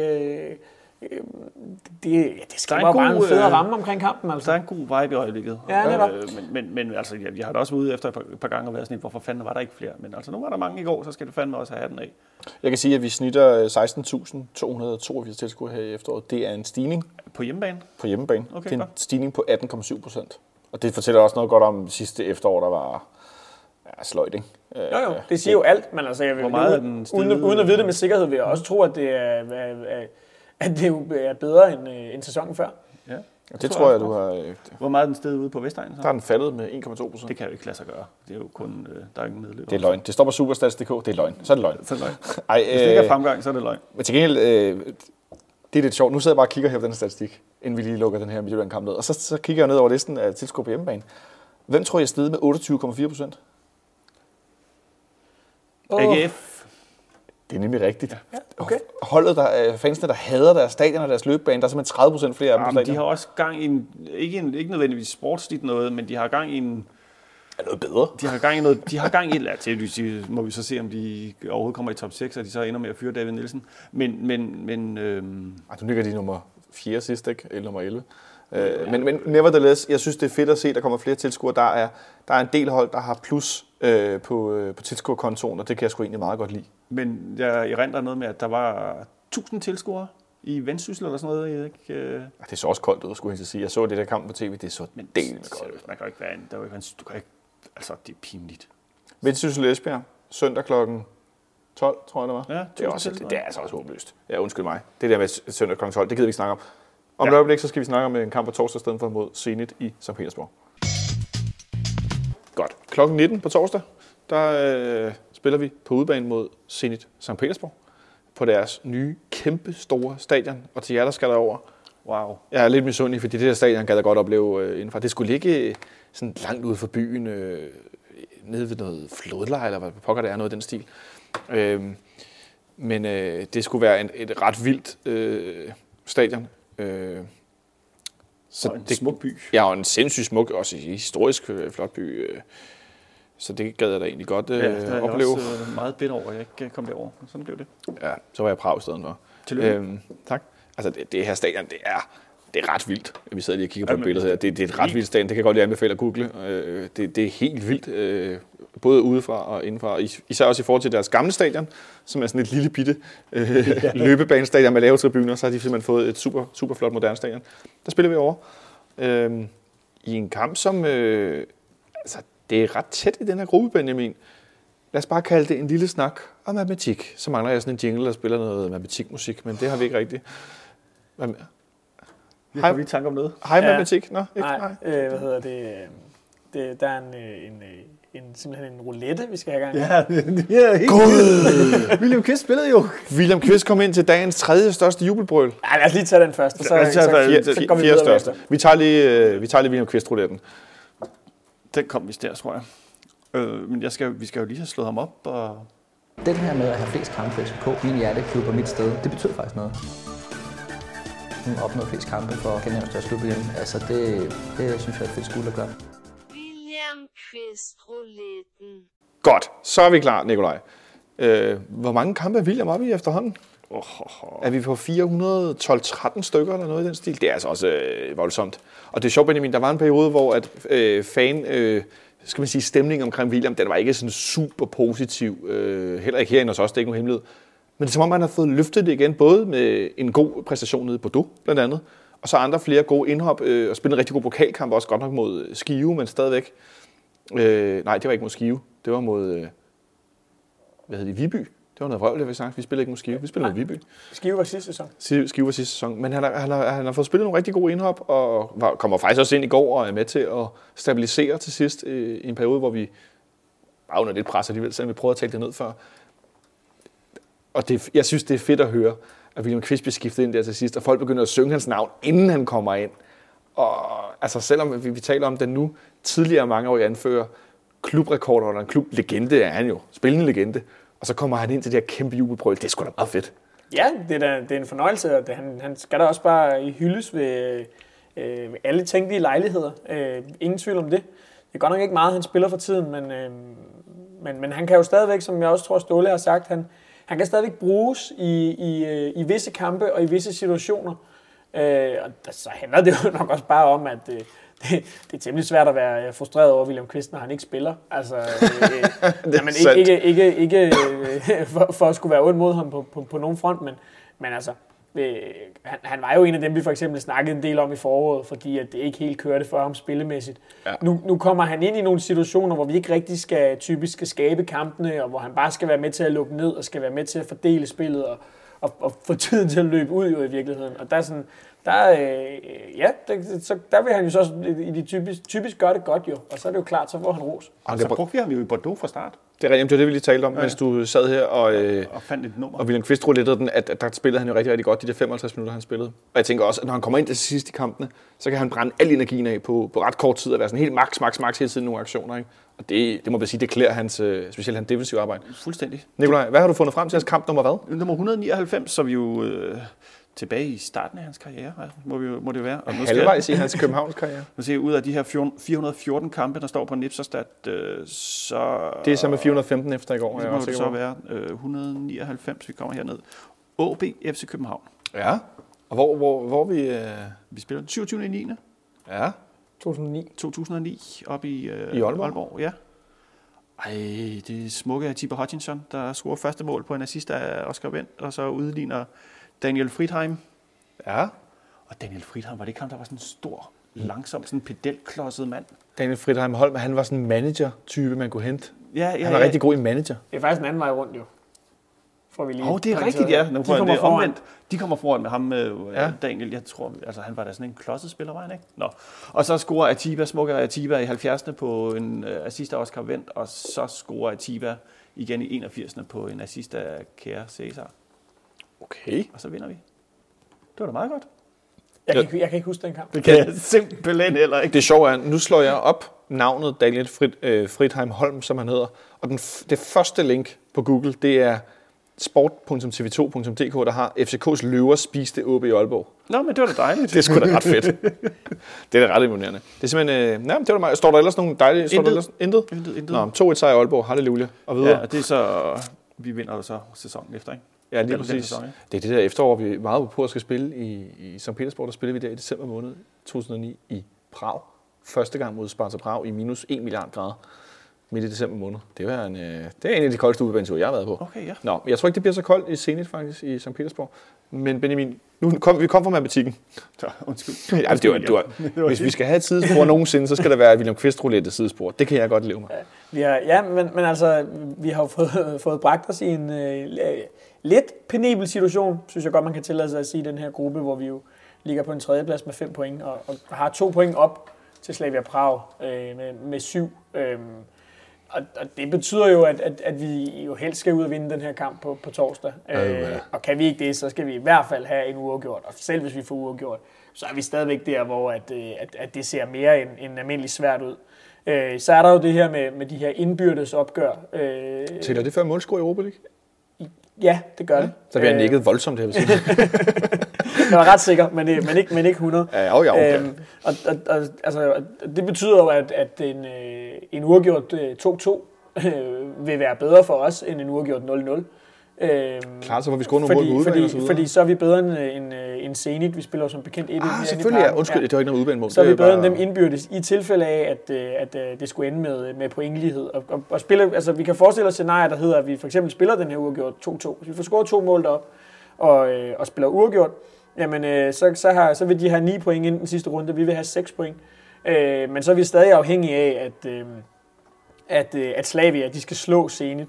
Det skaber bare en federe ramme omkring kampen. Altså. Der er en god vibe i øjeblikket. Ja, men altså, jeg har da også været ude efter et par gange og været sådan, hvorfor fanden var der ikke flere? Men altså, nu var der mange i går, så skal det fandme også have den af. Jeg kan sige, at vi snitter 16.282 tilskuere her i efteråret. Det er en stigning. På hjemmebane? På hjemmebane. Okay, det er en stigning på 18,7%. Og det fortæller også noget godt om sidste efterår, der var sløjt, ikke? Jo, det siger jo alt, men altså, uden at vide det med sikkerhed, vil jeg også tro, at det er bedre end sæsonen før. Ja. Det tror jeg, du har... Hvor meget er den stedet ude på Vestegnen? Der er den faldet med 1,2%. Det kan jo ikke lade sig gøre. Det er jo kun... Der er ingen nedløb. Det er løgn. Det står på Superstats.dk. Det er løgn. Så er det løgn. Ej, hvis det ikke er fremgang, så er det løgn. Men til gengæld... det er lidt sjovt. Nu sidder jeg bare og kigger her på den statistik, inden vi lige lukker den her Midtjylland-kamp ned. Og så kigger jeg ned over listen af tilskuere på hjemmebane. Hvem tror jeg er steget med 28,4%? AGF. Det er nemlig rigtigt. Ja, okay. Holdet, fansene, der hader deres stadion og deres løbebane, der er simpelthen 30% flere af dem på stadion. De har også gang i en, ikke nødvendigvis sportsligt noget, men de har gang i en... Er noget bedre? De har gang i et må vi så se, om de overhovedet kommer i top 6, og de så ender med at fyre David Nielsen. Men nu ligger de nummer 4 sidst, ikke? Eller nummer 11. Men nevertheless, jeg synes, det er fedt at se, at der kommer flere tilskuere. Der er en del hold, der har plus på tilskuerkontoen, og det kan jeg sgu egentlig meget godt lide. Men jeg erindrer noget med, at der var 1000 tilskuere i Vendsyssel eller sådan noget. Ikke? Det så også koldt ud, skulle jeg sige. Jeg så det der kamp på tv, det så del med koldt ud. Man kan ikke være en, du kan ikke, altså det er pinligt. Vendsyssel Esbjerg, søndag klokken 12, tror jeg det var. Ja, det er altså også håbløst. Ja, undskyld mig. Det der med søndag klokken 12, det gider vi ikke snakke om. Om et øjeblik, så skal vi snakke om en kamp på torsdag, stedet for mod Zenit i St. Petersborg. Godt. Klokken 19 på torsdag, der spiller vi på udebane mod Zenit St. Petersborg på deres nye, kæmpe store stadion. Og til jer, der skal derover. Wow. Jeg er lidt misundelig, fordi det der stadion kan jeg godt opleve indenfor. Det skulle ligge sådan langt ude for byen, nede ved noget flodlejr, eller hvad pokker det er, noget af den stil. Men det skulle være et ret vildt stadion. Så og en smuk by. Ja, og en sindssygt smuk, også historisk flot by. Så det gad jeg da egentlig godt opleve. Ja, det er jeg også meget bitter over, at jeg ikke kom derover. Sådan blev det. Ja, så var jeg i Prag i stedet for. Tillykke. Tak. Altså, det her stadion, det er ret vildt. Vi sidder lige og kigger på et billede her. Det er et ret vildt stadion. Det kan jeg godt lige anbefale at google. Det er helt vildt. Både udefra og indenfra. Især også i forhold til deres gamle stadion, som er sådan et lille bitte løbebanestadion med lave tribuner. Så har de simpelthen fået et super, super flot moderne stadion. Der spiller vi over. I en kamp, som... altså, det er ret tæt i den her gruppe, Benjamin. Lad os bare kalde det en lille snak om matematik. Så mangler jeg sådan en jingle, der spiller noget matematikmusik, men det har vi ikke rigtigt. Har vi tanker om noget? Hej matematik? Nå, ikke? Nej. Hvad hedder det? Der er simpelthen en roulette, vi skal have gang i. Ja, det er helt god. William Kvist spillede jo. William Kvist kom ind til dagens tredje største jubelbrøl. Ja, lad os lige tage den først, og så går vi videre største. Vi tager lige William Kvist-rouletten. Den kom vist der, tror jeg. Men vi skal jo lige have slået ham op. Og... Den her med at have flest kampe for FCK, min hjerteklub og mit sted, det betyder faktisk noget. Hun opnåede flest kampe for at gennem største klub igen. Altså det synes jeg er et fedt skuld at gøre. William Kvist-rouletten. Godt, så er vi klar, Nikolaj. Hvor mange kampe er William oppe i efterhånden? Er vi på 412-13 stykker eller noget i den stil? Det er altså også voldsomt. Og det er sjovt, Benjamin, der var en periode, hvor at skal man sige, stemningen omkring William, den var ikke sådan super positiv. Heller ikke herinde hos os, det er ikke nogen hemmelighed. Men det er som om, man har fået løftet det igen, både med en god præstation nede i Bordeaux, blandt andet, og så andre flere gode indhop, og spille en rigtig god pokalkamp, også godt nok mod Skive, men stadigvæk. Nej, det var ikke mod Skive. Det var mod, Viby. Det var noget vrøvl, det vi sagt. Vi spillede ikke mod Skive, vi spillede mod Viby. Skive var sidste sæson. Skive var sidste sæson. Men han har fået spillet nogle rigtig gode indhop, og kommer faktisk også ind i går og er med til at stabilisere til sidst i en periode, hvor vi var under lidt pres alligevel, selvom vi prøvede at tale det ned før. Og jeg synes, det er fedt at høre, at William Kvist bliver skiftet ind der til sidst, og folk begynder at synge hans navn, inden han kommer ind. Og altså, selvom vi taler om den nu tidligere mangeårige anfører, klubrekorder eller en klublegende er han jo, spillende legende, og så kommer han ind til det her kæmpe jubelbrøl. Det er sgu da meget fedt. Ja, det er en fornøjelse, og han skal da også bare hyldes ved alle tænkelige lejligheder. Ingen tvivl om det. Det er godt nok ikke meget, han spiller for tiden, men han kan jo stadigvæk, som jeg også tror Ståle har sagt, han kan stadigvæk bruges i visse kampe og i visse situationer. Og så handler det jo nok også bare om, at det er temmelig svært at være frustreret over William Kvist, når han ikke spiller. Altså, ikke for at skulle være ondt mod ham på nogen front, men altså, han var jo en af dem, vi for eksempel snakkede en del om i foråret, fordi at det ikke helt kørte for ham spillemæssigt. Ja. Nu kommer han ind i nogle situationer, hvor vi ikke rigtig typisk skal skabe kampene, og hvor han bare skal være med til at lukke ned, og skal være med til at fordele spillet, og få tiden til at løbe ud jo i virkeligheden. Og der er sådan, der vil han jo så typisk gøre det godt jo, og så er det jo klart, så får han ros. Og så brugte vi ham jo i Bordeaux fra start. Det er rigtigt, det var det, vi lige talte om, mens du sad her og fandt et nummer. Og William Kvist roulettede den, at der spillede han jo rigtig, rigtig godt de der 55 minutter, han spillede. Og jeg tænker også, at når han kommer ind til sidst i kampene, så kan han brænde al energien af på ret kort tid, og være sådan helt max hele tiden nogle aktioner, ikke? Og det må man sige, det klæder hans, specielt hans defensive arbejde. Fuldstændig. Nikolaj, hvad har du fundet frem til hans kamp nummer hvad? Nummer 199, som jo tilbage i starten af hans karriere, må det være. Og halvvejs i hans Københavns karriere. Nu ser ud af de her 414 kampe, der står på Nipserstad, så... Det er så med 415 efter i går. Så må det så være 199, vi kommer herned. AaB FC København. Ja, og hvor vi... Vi spiller 27.9. Ja. 2009 op i Aalborg. Ja. Ej, det er smukke af Tiber Hutchinson, der scorer første mål på en assist af Oscar Wendt, og så udligner Daniel Friedheim. Ja. Og Daniel Friedheim, var det ikke ham, der var sådan en stor, langsom, sådan en pedelklodset mand? Daniel Friedheim Holm, han var sådan en manager-type, man kunne hente. Ja. Han var rigtig god i manager. Det er faktisk en anden vej rundt, jo. Det er rigtigt, ja. De kommer foran med ham, Daniel. Jeg tror, altså han var da sådan en klodset spiller, var han ikke? Nå. Og så scorer smukke Atiba i 70'erne på en assist af Oscar Wendt, og så scorer Atiba igen i 81'erne på en assist af Kjær Cæsar. Okay. Og så vinder vi. Det var da meget godt. Jeg kan ikke huske den kamp. Det kan jeg simpelthen heller ikke. Det sjove er, nu slår jeg op navnet Daniel Friedheim Holm, som han hedder. Og det første link på Google, det er sport.tv2.dk, der har FCK's løver spiste OB i Aalborg. Nå, men det var da dejligt. Det er sgu da ret fedt. Det er da ret imponerende. Det er simpelthen... det var meget. Står der ellers nogle dejlige... Intet? Nå, 2-1 sejr i Aalborg. Halleluja. Og videre. Ja, og det er så... Vi vinder så sæsonen efter, ikke? Ja, lige præcis. Det er det der efterår, vi meget på at skal spille i St. Petersborg. Der spiller vi der i december måned 2009 i Prag. Første gang mod Sparta Prag i minus 1 milliard grader midt i december måned. Det er en af de koldeste udebaneture, jeg har været på. Okay, ja. Nå, jeg tror ikke, det bliver så koldt i Zenit faktisk i St. Petersborg. Men Benjamin, vi kom fra matematikken. Undskyld. Ja, hvis vi skal have et sidespor nogensinde, så skal der være et William Kvist-roulette sidespor. Det kan jeg godt leve med. Men altså, vi har jo fået bragt os i en lidt penibel situation, synes jeg godt, man kan tillade sig at sige, i den her gruppe, hvor vi jo ligger på en tredjeplads med 5 point, og har 2 point op til Slavia Prag med 7. Og det betyder jo, at vi jo helst skal ud og vinde den her kamp på torsdag. Og kan vi ikke det, så skal vi i hvert fald have en uafgjort. Og selv hvis vi får uafgjort, så er vi stadigvæk der, hvor at det ser mere end almindeligt svært ud. Så er der jo det her med de her indbyrdes opgør. Tæller det før målscore i Europa League? Ja, det gør det. Så bliver jeg nikket voldsomt her ved siden. Jeg var ret sikker, men ikke 100. Ja, okay. Altså, det betyder jo, at en uafgjort 2-2 vil være bedre for os end en uafgjort 0-0. Klart, så får vi score nogle mål på udbanen og så videre. Fordi så er vi bedre end Zenit. Vi spiller jo som bekendt 1-1. Selvfølgelig, ja. Undskyld, det var ikke noget udbanemål. Så er vi bedre end dem indbyrdes i tilfælde af, at det skulle ende med pointlighed. Og spille, altså, vi kan forestille os scenarier, der hedder, at vi for eksempel spiller den her uafgjort 2-2. Hvis vi får scoret 2 mål derop og spiller uafgjort, jamen så vil de have 9 point inden den sidste runde. Vi vil have 6 point. Men så er vi stadig afhængige af, at Slavia de skal slå Zenit.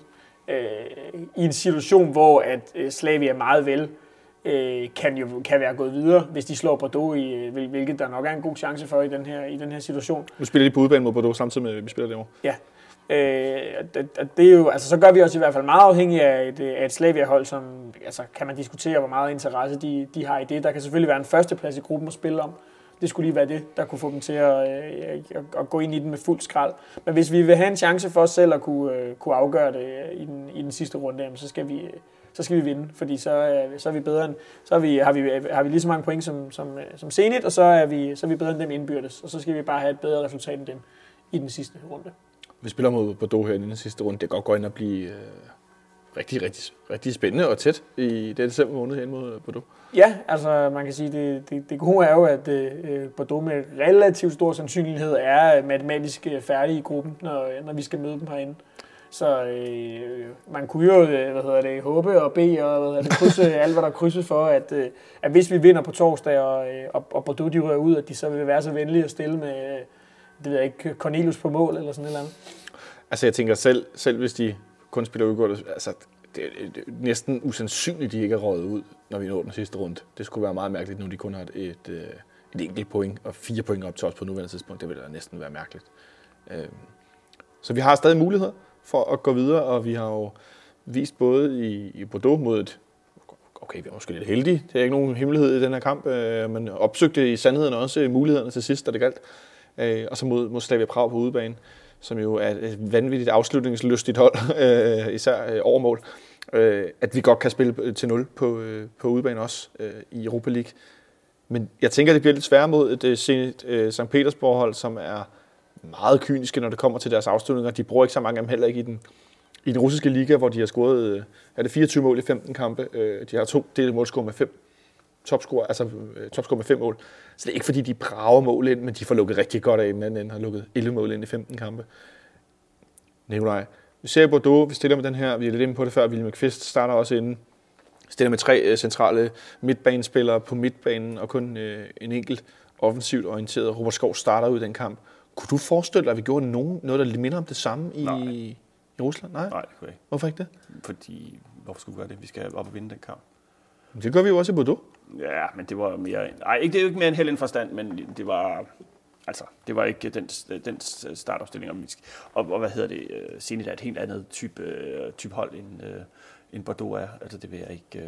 I en situation, hvor at Slavia meget vel kan være gået videre, hvis de slår Bordeaux, hvilket der nok er en god chance for i den her situation. Nu spiller de på udebane mod Bordeaux samtidig med, at vi spiller derovre. Ja. Det er jo, altså, så gør vi os i hvert fald meget afhængige af et Slavia-hold, som altså, kan man diskutere, hvor meget interesse de har i det. Der kan selvfølgelig være en førsteplads i gruppen at spille om. Det skulle lige være det, der kunne få dem til at gå ind i den med fuld skrald. Men hvis vi vil have en chance for os selv at kunne afgøre det i den sidste runde, så skal vi vinde, fordi så er vi bedre end, har vi lige så mange point som Zenit, og så er vi bedre end dem indbyrdes, og så skal vi bare have et bedre resultat end dem i den sidste runde. Vi spiller mod Bordeaux her i den sidste runde. Det kan godt gå ind og blive rigtig, rigtig, rigtig spændende og tæt i det december måned hen mod Bordeaux. Ja, altså man kan sige, det gode er jo, at Bordeaux med relativt stor sandsynlighed er matematisk færdig i gruppen, når vi skal møde dem herinde. Så man kunne jo håbe og bede og krydse alt, hvad der krydses for, at hvis vi vinder på torsdag, og Bordeaux de rører ud, at de så vil være så venlige at stille med, det ved jeg ikke, Cornelius på mål eller sådan et eller andet. Altså jeg tænker selv hvis de kun spiller udgået, altså det er næsten usandsynligt, de ikke er røget ud, når vi når den sidste runde. Det skulle være meget mærkeligt, når de kun har et enkelt point og 4 point op til os på nuværende tidspunkt. Det ville da næsten være mærkeligt. Så vi har stadig muligheder for at gå videre, og vi har jo vist både i Bordeaux mod et... Okay, vi er måske lidt heldige. Det er ikke nogen hemmelighed i den her kamp, men opsøgte i sandheden også mulighederne til sidst, da det galt. Og så mod Slavia Prag på udebane, som jo er et vanvittigt afslutningslystigt hold, især over mål. At vi godt kan spille til 0 på udebane også i Europa League. Men jeg tænker, det bliver lidt sværere mod et St. Petersborg-hold, som er meget kyniske, når det kommer til deres afslutninger. De bruger ikke så mange af dem heller ikke i den russiske liga, hvor de har scoret 24 mål i 15 kampe. De har 2 delt målscore med 5 topscore med 5 mål. Så det er ikke fordi, de brager mål ind, men de får lukket rigtig godt af, den anden har lukket 11 mål ind i 15 kampe. Nikolaj, vi ser Bordeaux, vi stiller med den her, vi er lidt inde på det før, William Kvist starter også inden. Stiller med 3 centrale midtbanespillere på midtbanen, og kun en enkelt offensivt orienteret. Robert Skov starter ud i den kamp. Kunne du forestille dig, at vi gjorde noget, der minder om det samme i Rusland? Nej, det kunne jeg ikke. Hvorfor ikke det? Fordi, hvorfor skulle vi gøre det? Vi skal op og vinde den kamp. Det gør vi jo også i Bordeaux. Ja, men det var mere... Nej, det er jo ikke mere en held forstand, men det var... Altså, det var ikke den startopstilling. Og hvad hedder det? Zenit er et helt andet type hold, end Bordeaux er. Altså, det vil jeg ikke...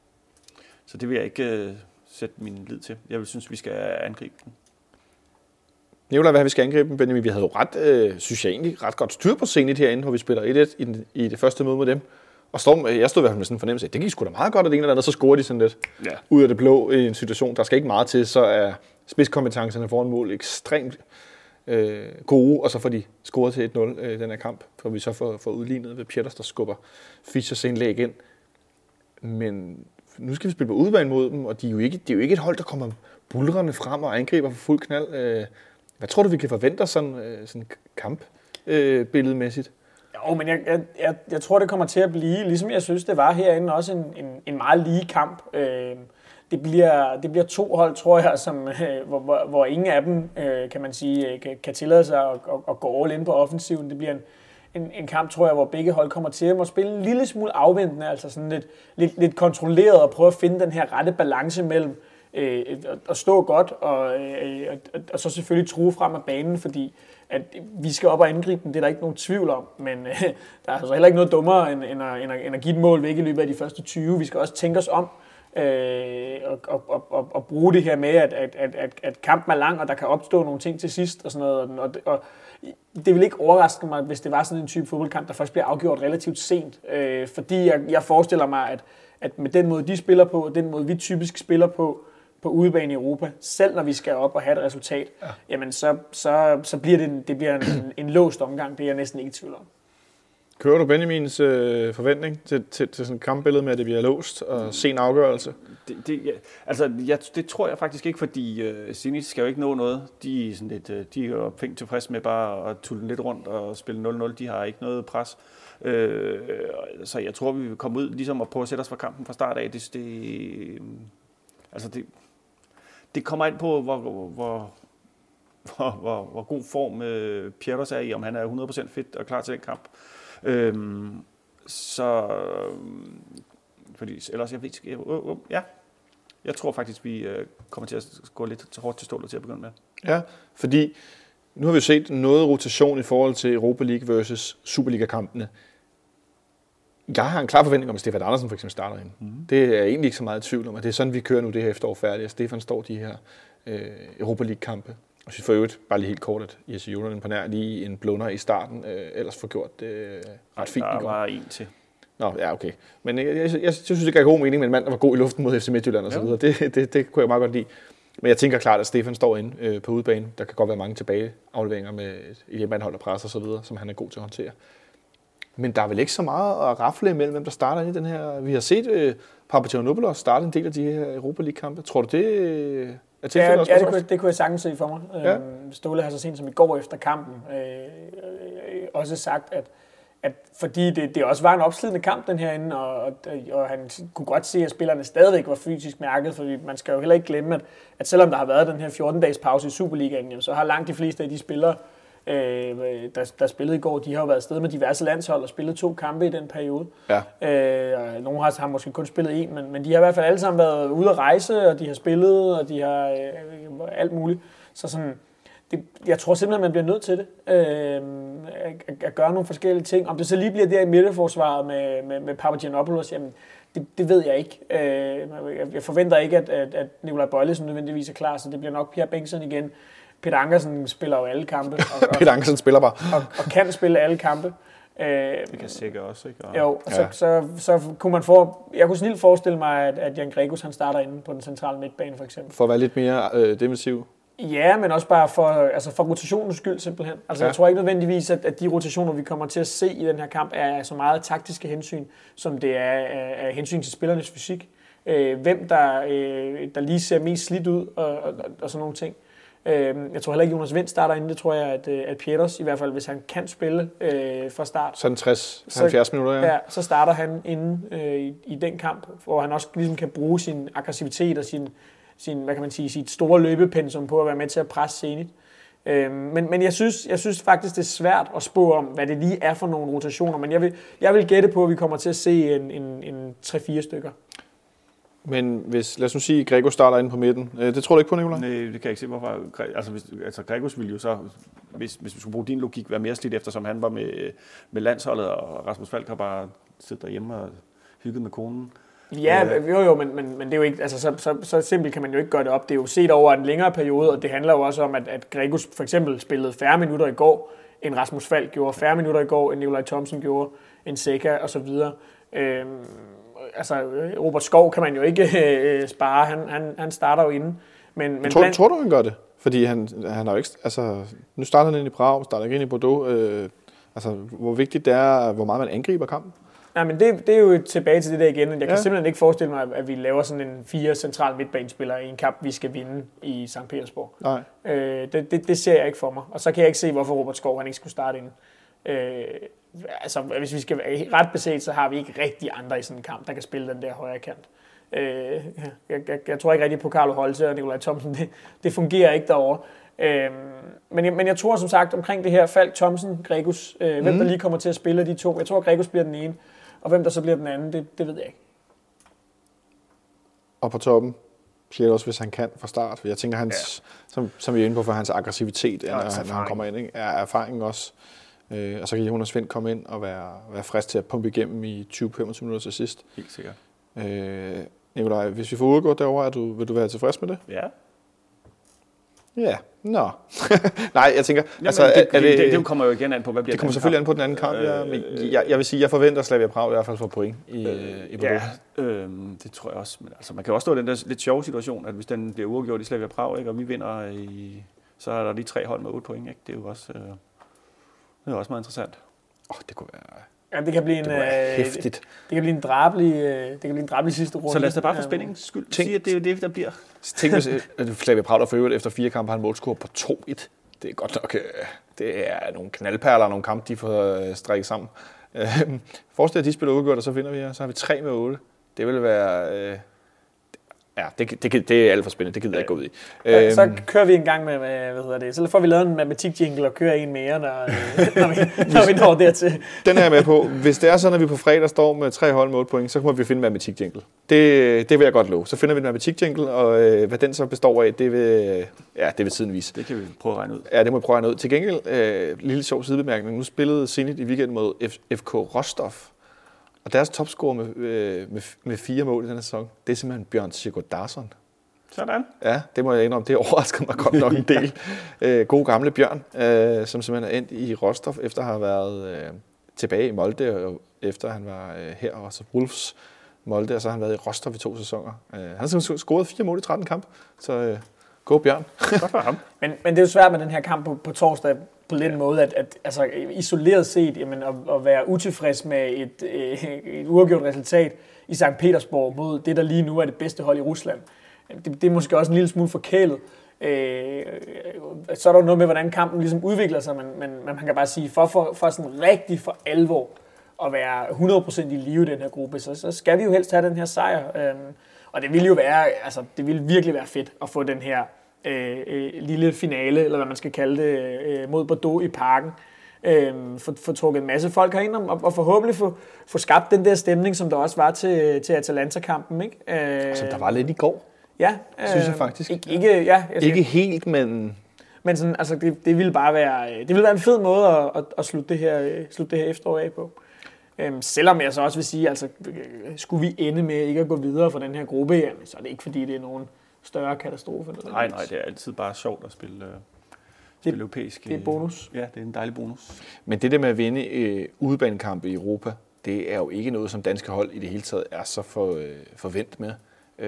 Så det vil jeg ikke sætte min lid til. Jeg vil synes, vi skal angribe den. Nikolaj, hvad vi skal angribe dem, Benjamin? Vi havde jo synes jeg egentlig, ret godt styr på Zenit herinde, hvor vi spiller 1-1 i det første møde med dem. Og jeg stod i hvert fald med sådan en fornemmelse af, det gik sgu da meget godt, og det ene eller andet, så scorer de sådan lidt ud af det blå i en situation. Der skal ikke meget til, så er spidskompetencerne foran mål ekstremt gode, og så får de scoret til 1-0 den her kamp, for vi så får udlignet ved Pieters, der skubber Fischers indlæg ind. Men nu skal vi spille på udebane mod dem, og det er jo ikke et hold, der kommer bulrende frem og angriber for fuld knald. Hvad tror du, vi kan forvente os sådan kamp billedmæssigt? Jo, men jeg tror, det kommer til at blive, ligesom jeg synes, det var herinde, også en meget lige kamp. Det bliver 2 hold, tror jeg, som, hvor ingen af dem, kan man sige, kan tillade sig at gå all in på offensiven. Det bliver en kamp, tror jeg, hvor begge hold kommer til at spille en lille smule afventende, altså sådan lidt kontrolleret og prøve at finde den her rette balance mellem at stå godt og så selvfølgelig true frem af banen, fordi at vi skal op og angribe den, det er der ikke nogen tvivl om, men der er altså heller ikke noget dummere end at give et mål væk i løbet af de første 20. Vi skal også tænke os om og bruge det her med, at kampen er lang, og der kan opstå nogle ting til sidst og sådan noget, og det vil ikke overraske mig, hvis det var sådan en type fodboldkamp, der først bliver afgjort relativt sent, fordi jeg forestiller mig, at med den måde, de spiller på, og den måde, vi typisk spiller på udebane i Europa, selv når vi skal op og have et resultat, jamen så bliver det bliver en låst omgang, det er jeg næsten ikke i tvivl om. Kører du Benjamins forventning til sådan et kampbillede med, at det bliver låst og sen afgørelse? Det tror jeg faktisk ikke, fordi Zenit skal jo ikke nå noget. De er jo fint tilfreds med bare at tulle lidt rundt og spille 0-0. De har ikke noget pres. Så jeg tror, vi vil komme ud ligesom at prøve at sætte os for kampen fra start af. Det kommer ind på, hvor god form Pieters er i, om han er 100% fit og klar til den kamp. Fordi ellers jeg ved jeg tror faktisk vi kommer til at gå lidt hårdt til stålet til at begynde med. Ja, fordi nu har vi jo set noget rotation i forhold til Europa League versus Superliga-kampene. Jeg har en klar forventning om, at Stefan Andersen for eksempel starter ind. Det er jeg egentlig ikke så meget i tvivl om, at det er sådan, vi kører nu det her efterår færdigt, og Stefan står de her Europa League-kampe. Og så for øvrigt, bare lige helt kort, at Jesse Jonanen på nær lige en blunder i starten, ellers får gjort det ret fint. Der var en til. Nå, ja, okay. Men jeg synes, det gav god mening med en mand, der var god i luften mod FC Midtjylland og så videre. Det kunne jeg meget godt lide. Men jeg tænker klart, at Stefan står inde på udebane. Der kan godt være mange tilbageafleveringer med et hjemmeanhold og pres og så videre, som han er god til at håndtere. Men der er vel ikke så meget at rafle imellem, hvem der starter i den her. Vi har set Papagiannopoulos starte en del af de her Europa League-kampe. Tror du, det er tilfældet også? Ja, det kunne jeg sagtens se for mig. Ja. Ståle har så sent som i går efter kampen også sagt, at fordi det også var en opslidende kamp den herinde, og han kunne godt se, at spillerne stadigvæk var fysisk mærket, fordi man skal jo heller ikke glemme, at selvom der har været den her 14-dages pause i Superligaen, så har langt de fleste af de spillere, der spillede i går, de har jo været afsted med diverse landshold og spillet 2 kampe i den periode. Ja. Nogle har måske kun spillet 1, men de har i hvert fald alle sammen været ude at rejse, og de har spillet, og de har alt muligt. Så sådan, jeg tror simpelthen, man bliver nødt til det, at gøre nogle forskellige ting. Om det så lige bliver der i midterforsvaret med Papagiannopoulos, jamen det ved jeg ikke. Jeg forventer ikke, at Nikolaj Bøjlesen nødvendigvis er klar, så det bliver nok Pierre Bengtsson igen. Peter Ankersen spiller jo alle kampe. Peter Ankersen spiller bare. og kan spille alle kampe. Det kan sikkert også, ikke? Jo, så kunne man jeg kunne snilt forestille mig, at Jan Gregus han starter inde på den centrale midtbane, for eksempel. For at være lidt mere defensiv? Ja, men også bare for rotationens skyld simpelthen. Altså jeg tror ikke nødvendigvis, at de rotationer, vi kommer til at se i den her kamp, er så meget taktiske hensyn, som det er af hensyn til spillernes fysik. Hvem der lige ser mest slidt ud og sådan nogle ting. Jeg tror heller ikke, Jonas Vind starter inde. Det tror jeg, at Pieters, i hvert fald hvis han kan spille fra start. Sådan 60-70 minutter, ja. Ja, så starter han inde i den kamp, hvor han også ligesom kan bruge sin aggressivitet og sin hvad kan man sige, sit store løbepensum på at være med til at presse Zenit. Men jeg synes faktisk, det er svært at spå om, hvad det lige er for nogle rotationer. Men jeg vil gætte på, at vi kommer til at se en 3-4 stykker. Men lad os nu sige, at Gregus starter inde på midten. Det tror du ikke på, Nicolai? Nej, det kan jeg ikke se, hvorfor. Altså Gregus ville jo så, hvis vi skulle bruge din logik, være mere slidt, eftersom han var med landsholdet, og Rasmus Falk har bare siddet derhjemme og hygget med konen. Ja, jo, men det er jo ikke, altså så simpelt kan man jo ikke gøre det op. Det er jo set over en længere periode, og det handler jo også om, at Gregus for eksempel spillede færre minutter i går, end Rasmus Falk gjorde, færre minutter i går, end Nikolaj Thomsen gjorde, end Seca og så videre. Robert Skov kan man jo ikke spare. Han starter jo inde. Men tror du, han gør det? Fordi han har jo ikke... Altså, nu starter han ind i Prag, starter ikke ind i Bordeaux. Hvor vigtigt det er, hvor meget man angriber kampen? Nej, men det er jo tilbage til det der igen. Jeg kan simpelthen ikke forestille mig, at vi laver sådan en 4 central midtbanespillere i en kamp, vi skal vinde i St. Petersborg. Nej. Det ser jeg ikke for mig. Og så kan jeg ikke se, hvorfor Robert Skov han ikke skulle starte ind. Hvis vi skal være ret beset, så har vi ikke rigtig andre i sådan en kamp, der kan spille den der højre kant. Jeg tror ikke rigtig på Carlo Holte og Nikolaj Thomsen. Det fungerer ikke derovre. Men jeg tror som sagt omkring det her Falk, Thomsen, Gregus, hvem der lige kommer til at spille de to. Jeg tror, Gregus bliver den ene, og hvem der så bliver den anden, det ved jeg ikke. Og på toppen, siger også, hvis han kan fra start. For jeg tænker, hans, som vi er inde på, for hans aggressivitet, når han kommer ind, ikke? Er erfaringen også. Og så kan Jonas Vind komme ind og være frisk til at pumpe igennem i 20-25 minutter til sidst. Helt sikkert. Nikolaj, hvis vi får udgået derovre, vil du være tilfreds med det? Ja. Ja, nå. Nej, jeg tænker... det kommer jo igen an på, hvad bliver det kommer selvfølgelig an på den anden kamp. Jeg vil sige, jeg forventer Slavia Prag i hvert fald for point i Bordeaux. Det tror jeg også. Men altså, man kan også stå i den der lidt sjove situation, at hvis den bliver uafgjort i Slavia Prag, ikke, og vi vinder så er der lige 3 hold med 8 point. Ikke? Det er jo også, også meget interessant. Det kunne være... Ja, det kan blive hæftigt. Det kan blive en drabelig sidste runde. Så lad os da bare for spændingens skyld sige, at det er jo det, der bliver. Tænk, hvis Slavia Prag, der for øvrigt efter 4 kampe har en målscore på 2-1. Det er godt nok... Det er nogle knaldperler og nogle kampe, de får strikket sammen. Forestil at de spiller udgjort, og så vinder vi her. Så har vi 3 med 8. Det vil være... det er alt for spændende. Det gider jeg ikke gå ud i. Så kører vi en gang med så får vi lavet en matematik-jingle og kører en mere, når vi når dertil. Den er jeg med på. Hvis det er sådan, at vi på fredag står med 3 hold med 8 point, så må vi finde en matematik-jingle. Det vil jeg godt love. Så finder vi en matematik-jingle, og hvad den så består af, det vil tiden vise. Det kan vi prøve at regne ud. Ja, det må vi prøve at regne ud. Til gengæld, lille sjov sidebemærkning. Nu spillede Zenit i weekenden mod FK Rostov. Og deres topscorer med 4 mål i denne sæson, det er simpelthen Bjørn Sigurdarsson. Sådan. Ja, det må jeg indrømme. Det overrasker mig godt nok en del. God gamle Bjørn, som simpelthen er endt i Rostov, efter at have været tilbage i Molde, og efter han var her også Wolves Molde, og så har han været i Rostov i 2 sæsoner. Han har scoret 4 mål i 13 kamp, så god Bjørn. Godt for ham. Men det er jo svært med den her kamp på torsdag, på den måde, at altså, isoleret set, jamen, at være utilfreds med et uafgjort resultat i St. Petersborg mod det, der lige nu er det bedste hold i Rusland. Det er måske også en lille smule forkælet. Så er der jo noget med, hvordan kampen ligesom udvikler sig, men man kan bare sige, for sådan rigtig for alvor at være 100% i live i den her gruppe, så skal vi jo helst have den her sejr. Og det ville jo være, altså det ville virkelig være fedt at få den her lille finale, eller hvad man skal kalde det, mod Bordeaux i parken. Få trukket en masse folk herind og forhåbentlig få skabt den der stemning, som der også var til Atalanta-kampen. Ikke? Som der var lidt i går. Ja. Synes jeg faktisk. Ikke helt, men... Men sådan, altså, det ville bare være, det ville være en fed måde at slutte det her efterår af på. Selvom jeg så også vil sige, altså skulle vi ende med ikke at gå videre fra den her gruppe, jamen, så er det ikke fordi, det er nogen større katastrofe. Nej, det er altid bare sjovt at spille europæisk. Det er bonus. Ja, det er en dejlig bonus. Men det der med at vinde udebanekampe i Europa, det er jo ikke noget, som danske hold i det hele taget er så forvent med.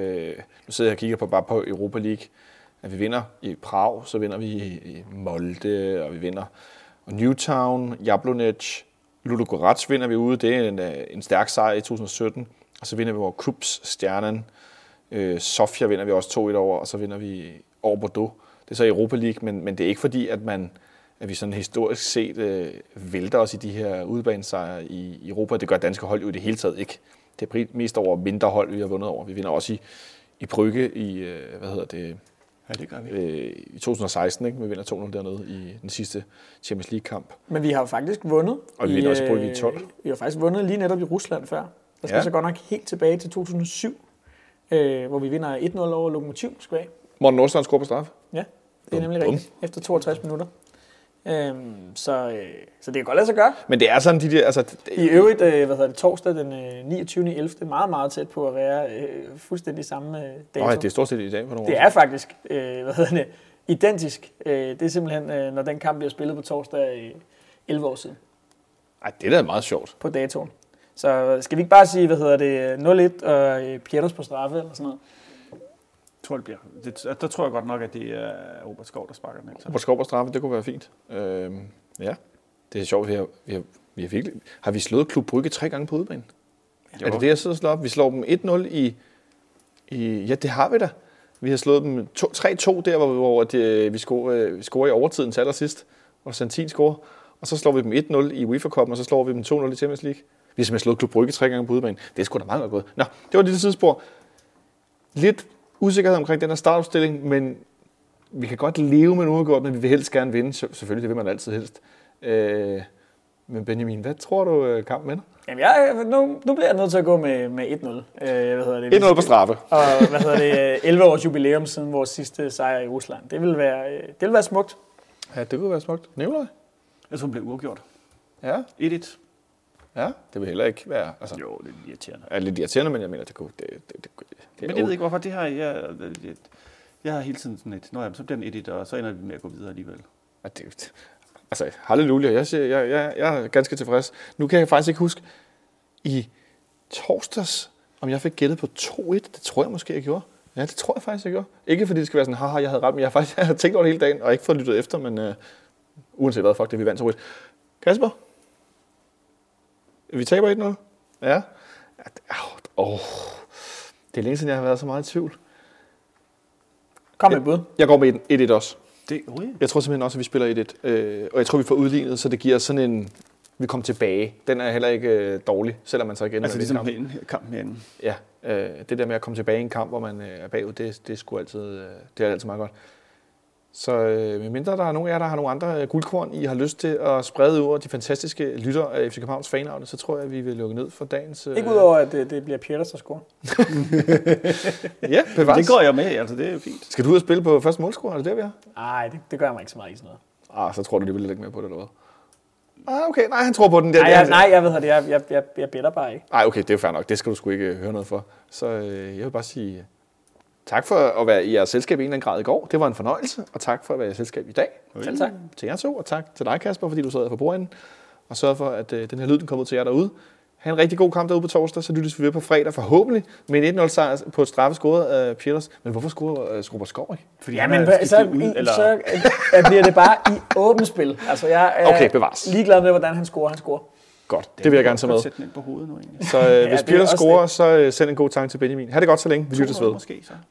Nu sidder jeg og kigger bare på Europa League, at vi vinder i Prag, så vinder vi i Molde, og vi vinder og Newtown, Jablonec, Ludogorets vinder vi ude. Det er en stærk sejr i 2017. Og så vinder vi over Kups, Stjernen. Sofia vinder vi også 2-1 over, og så vinder vi over Bordeaux. Det er så Europa League, men det er ikke fordi, at vi sådan historisk set vælter os i de her udebanesejre i Europa. Det gør danske hold jo i det hele taget ikke. Det er mest over mindre hold, vi har vundet over. Vi vinder også i Brygge i, Ja, det gør vi. I 2016, ikke? Vi vinder 2-0 dernede i den sidste Champions League-kamp. Men vi har jo faktisk vundet. Og vi vinder også Brygge i 12. Vi har faktisk vundet lige netop i Rusland før. Der skal så godt nok helt tilbage til 2007, hvor vi vinder 1-0 over Lokomotiv Moskva. Morten Nordstrand scorer på straf. Ja, det er nemlig rigtigt. Efter 62 minutter. Så det kan godt lade sig gøre. Men det er sådan de der... Altså, i øvrigt, torsdag den 29.11. Meget, meget tæt på at være fuldstændig samme dato. Nej, det er stort set i dag på nogle Det er faktisk, identisk. Det er simpelthen, når den kamp bliver spillet på torsdag 11 år siden. Ej, det er da meget sjovt. På datoen. Så skal vi ikke bare sige, 0-1 og Pieters på straffe eller sådan noget? Der tror jeg godt nok, at det er Robert Skov, der sparker den. Robert Skov på straffe, det kunne være fint. Ja, det er sjovt. Vi har virkelig... Har vi slået Klub Brygge 3 gange på udebane? Er det det, jeg sidder og slår op? Vi slår dem 1-0 i... Ja, det har vi da. Vi har slået dem 3-2 der, hvor vi scorer i overtiden til allersidst, og Santin scorer. Og så slår vi dem 1-0 i UEFA Cup, og så slår vi dem 2-0 i Champions League. Vi har simpelthen slået Klub Brygge 3 gange på udebane. Det er sgu da mange år gået. Nå, det var et lille sidespor. Lidt usikkerhed omkring den her startopstilling, men vi kan godt leve med en uafgjort, men vi vil helst gerne vinde. Selvfølgelig, det vil man altid helst. Men Benjamin, hvad tror du kampen ender? Jamen, nu bliver jeg nødt til at gå med 1-0. 1-0 på straffe. Og 11 års jubilæum siden vores sidste sejr i Rusland. Det vil være smukt. Ja, det kunne være smukt. Nikolaj? Jeg tror, det bliver uafgjort. Ja. 1-1. Ja, det vil heller ikke være... Altså, jo, lidt irriterende. Ja, lidt irriterende, men jeg mener, det kunne... Men jeg ved ikke, hvorfor det her... Jeg har hele tiden sådan et... Nå ja, så bliver den 1-1, og så ender vi med at gå videre alligevel. Altså, halleluja. Jeg er ganske tilfreds. Nu kan jeg faktisk ikke huske i torsdags, om jeg fik gættet på 2-1. Det tror jeg måske, jeg gjorde. Ja, det tror jeg faktisk, jeg gjorde. Ikke fordi det skal være sådan, haha, jeg havde ret, men jeg har tænkt over det hele dagen, og ikke fået lyttet efter, men uanset hvad, fuck det, vi vandt 2-1. Kasper? Vi taber 1-0? Ja. Det er længe siden, jeg har været så meget i tvivl. Kom med bud. Jeg går med 1-1 også. Jeg tror simpelthen også, at vi spiller 1-1. Og jeg tror, vi får udlignet, så det giver sådan en... Vi kommer tilbage. Den er heller ikke dårlig, selvom man så igen... Altså ligesom kampen herinde. Ja, det der med at komme tilbage i en kamp, hvor man er bagud, det er sgu altid, det er altid meget godt. Så medmindre der er nogen af jer, der har nogle andre guldkorn, I har lyst til at sprede over de fantastiske lytter af FC Københavns fanavne, så tror jeg, at vi vil lukke ned for dagens... Ikke udover, at det bliver Pieters, der scorer. Ja, bevares. Det går jeg med, altså det er fint. Skal du ud og spille på første målscore, er det vi har? Nej, det gør mig ikke så meget i sådan noget. Så tror du, de vil lægge mere på det, eller hvad? Okay, nej, han tror på den. Jeg bedder bare ikke. Nej, okay, det er fair nok. Det skal du sgu ikke høre noget for. Så jeg vil bare sige tak for at være i jeres selskab i en eller anden grad i går. Det var en fornøjelse, og tak for at være i jeres selskab i dag. Selv tak. Til jer to, og tak til dig, Kasper, fordi du sad for bordenden og sørgede for, at den her lyd den kom ud til jer derude. Ha' en rigtig god kamp derude på torsdag, så lyttes vi ved på fredag forhåbentlig med en 1-0 sejr på et straffe scoret af Pieters. Men hvorfor scorede Robert Skov ikke? Fordi så bliver det bare i åbent spil. Altså jeg er ligeglad med, hvordan han scorer. Godt, det vil jeg gerne tage med. Sætte den ind på hovedet nu egentlig. Så hvis Pieters scorer, så send en god tanke til Benjamin. Ha' det godt så længe. Vi lyttes ved. Måske så.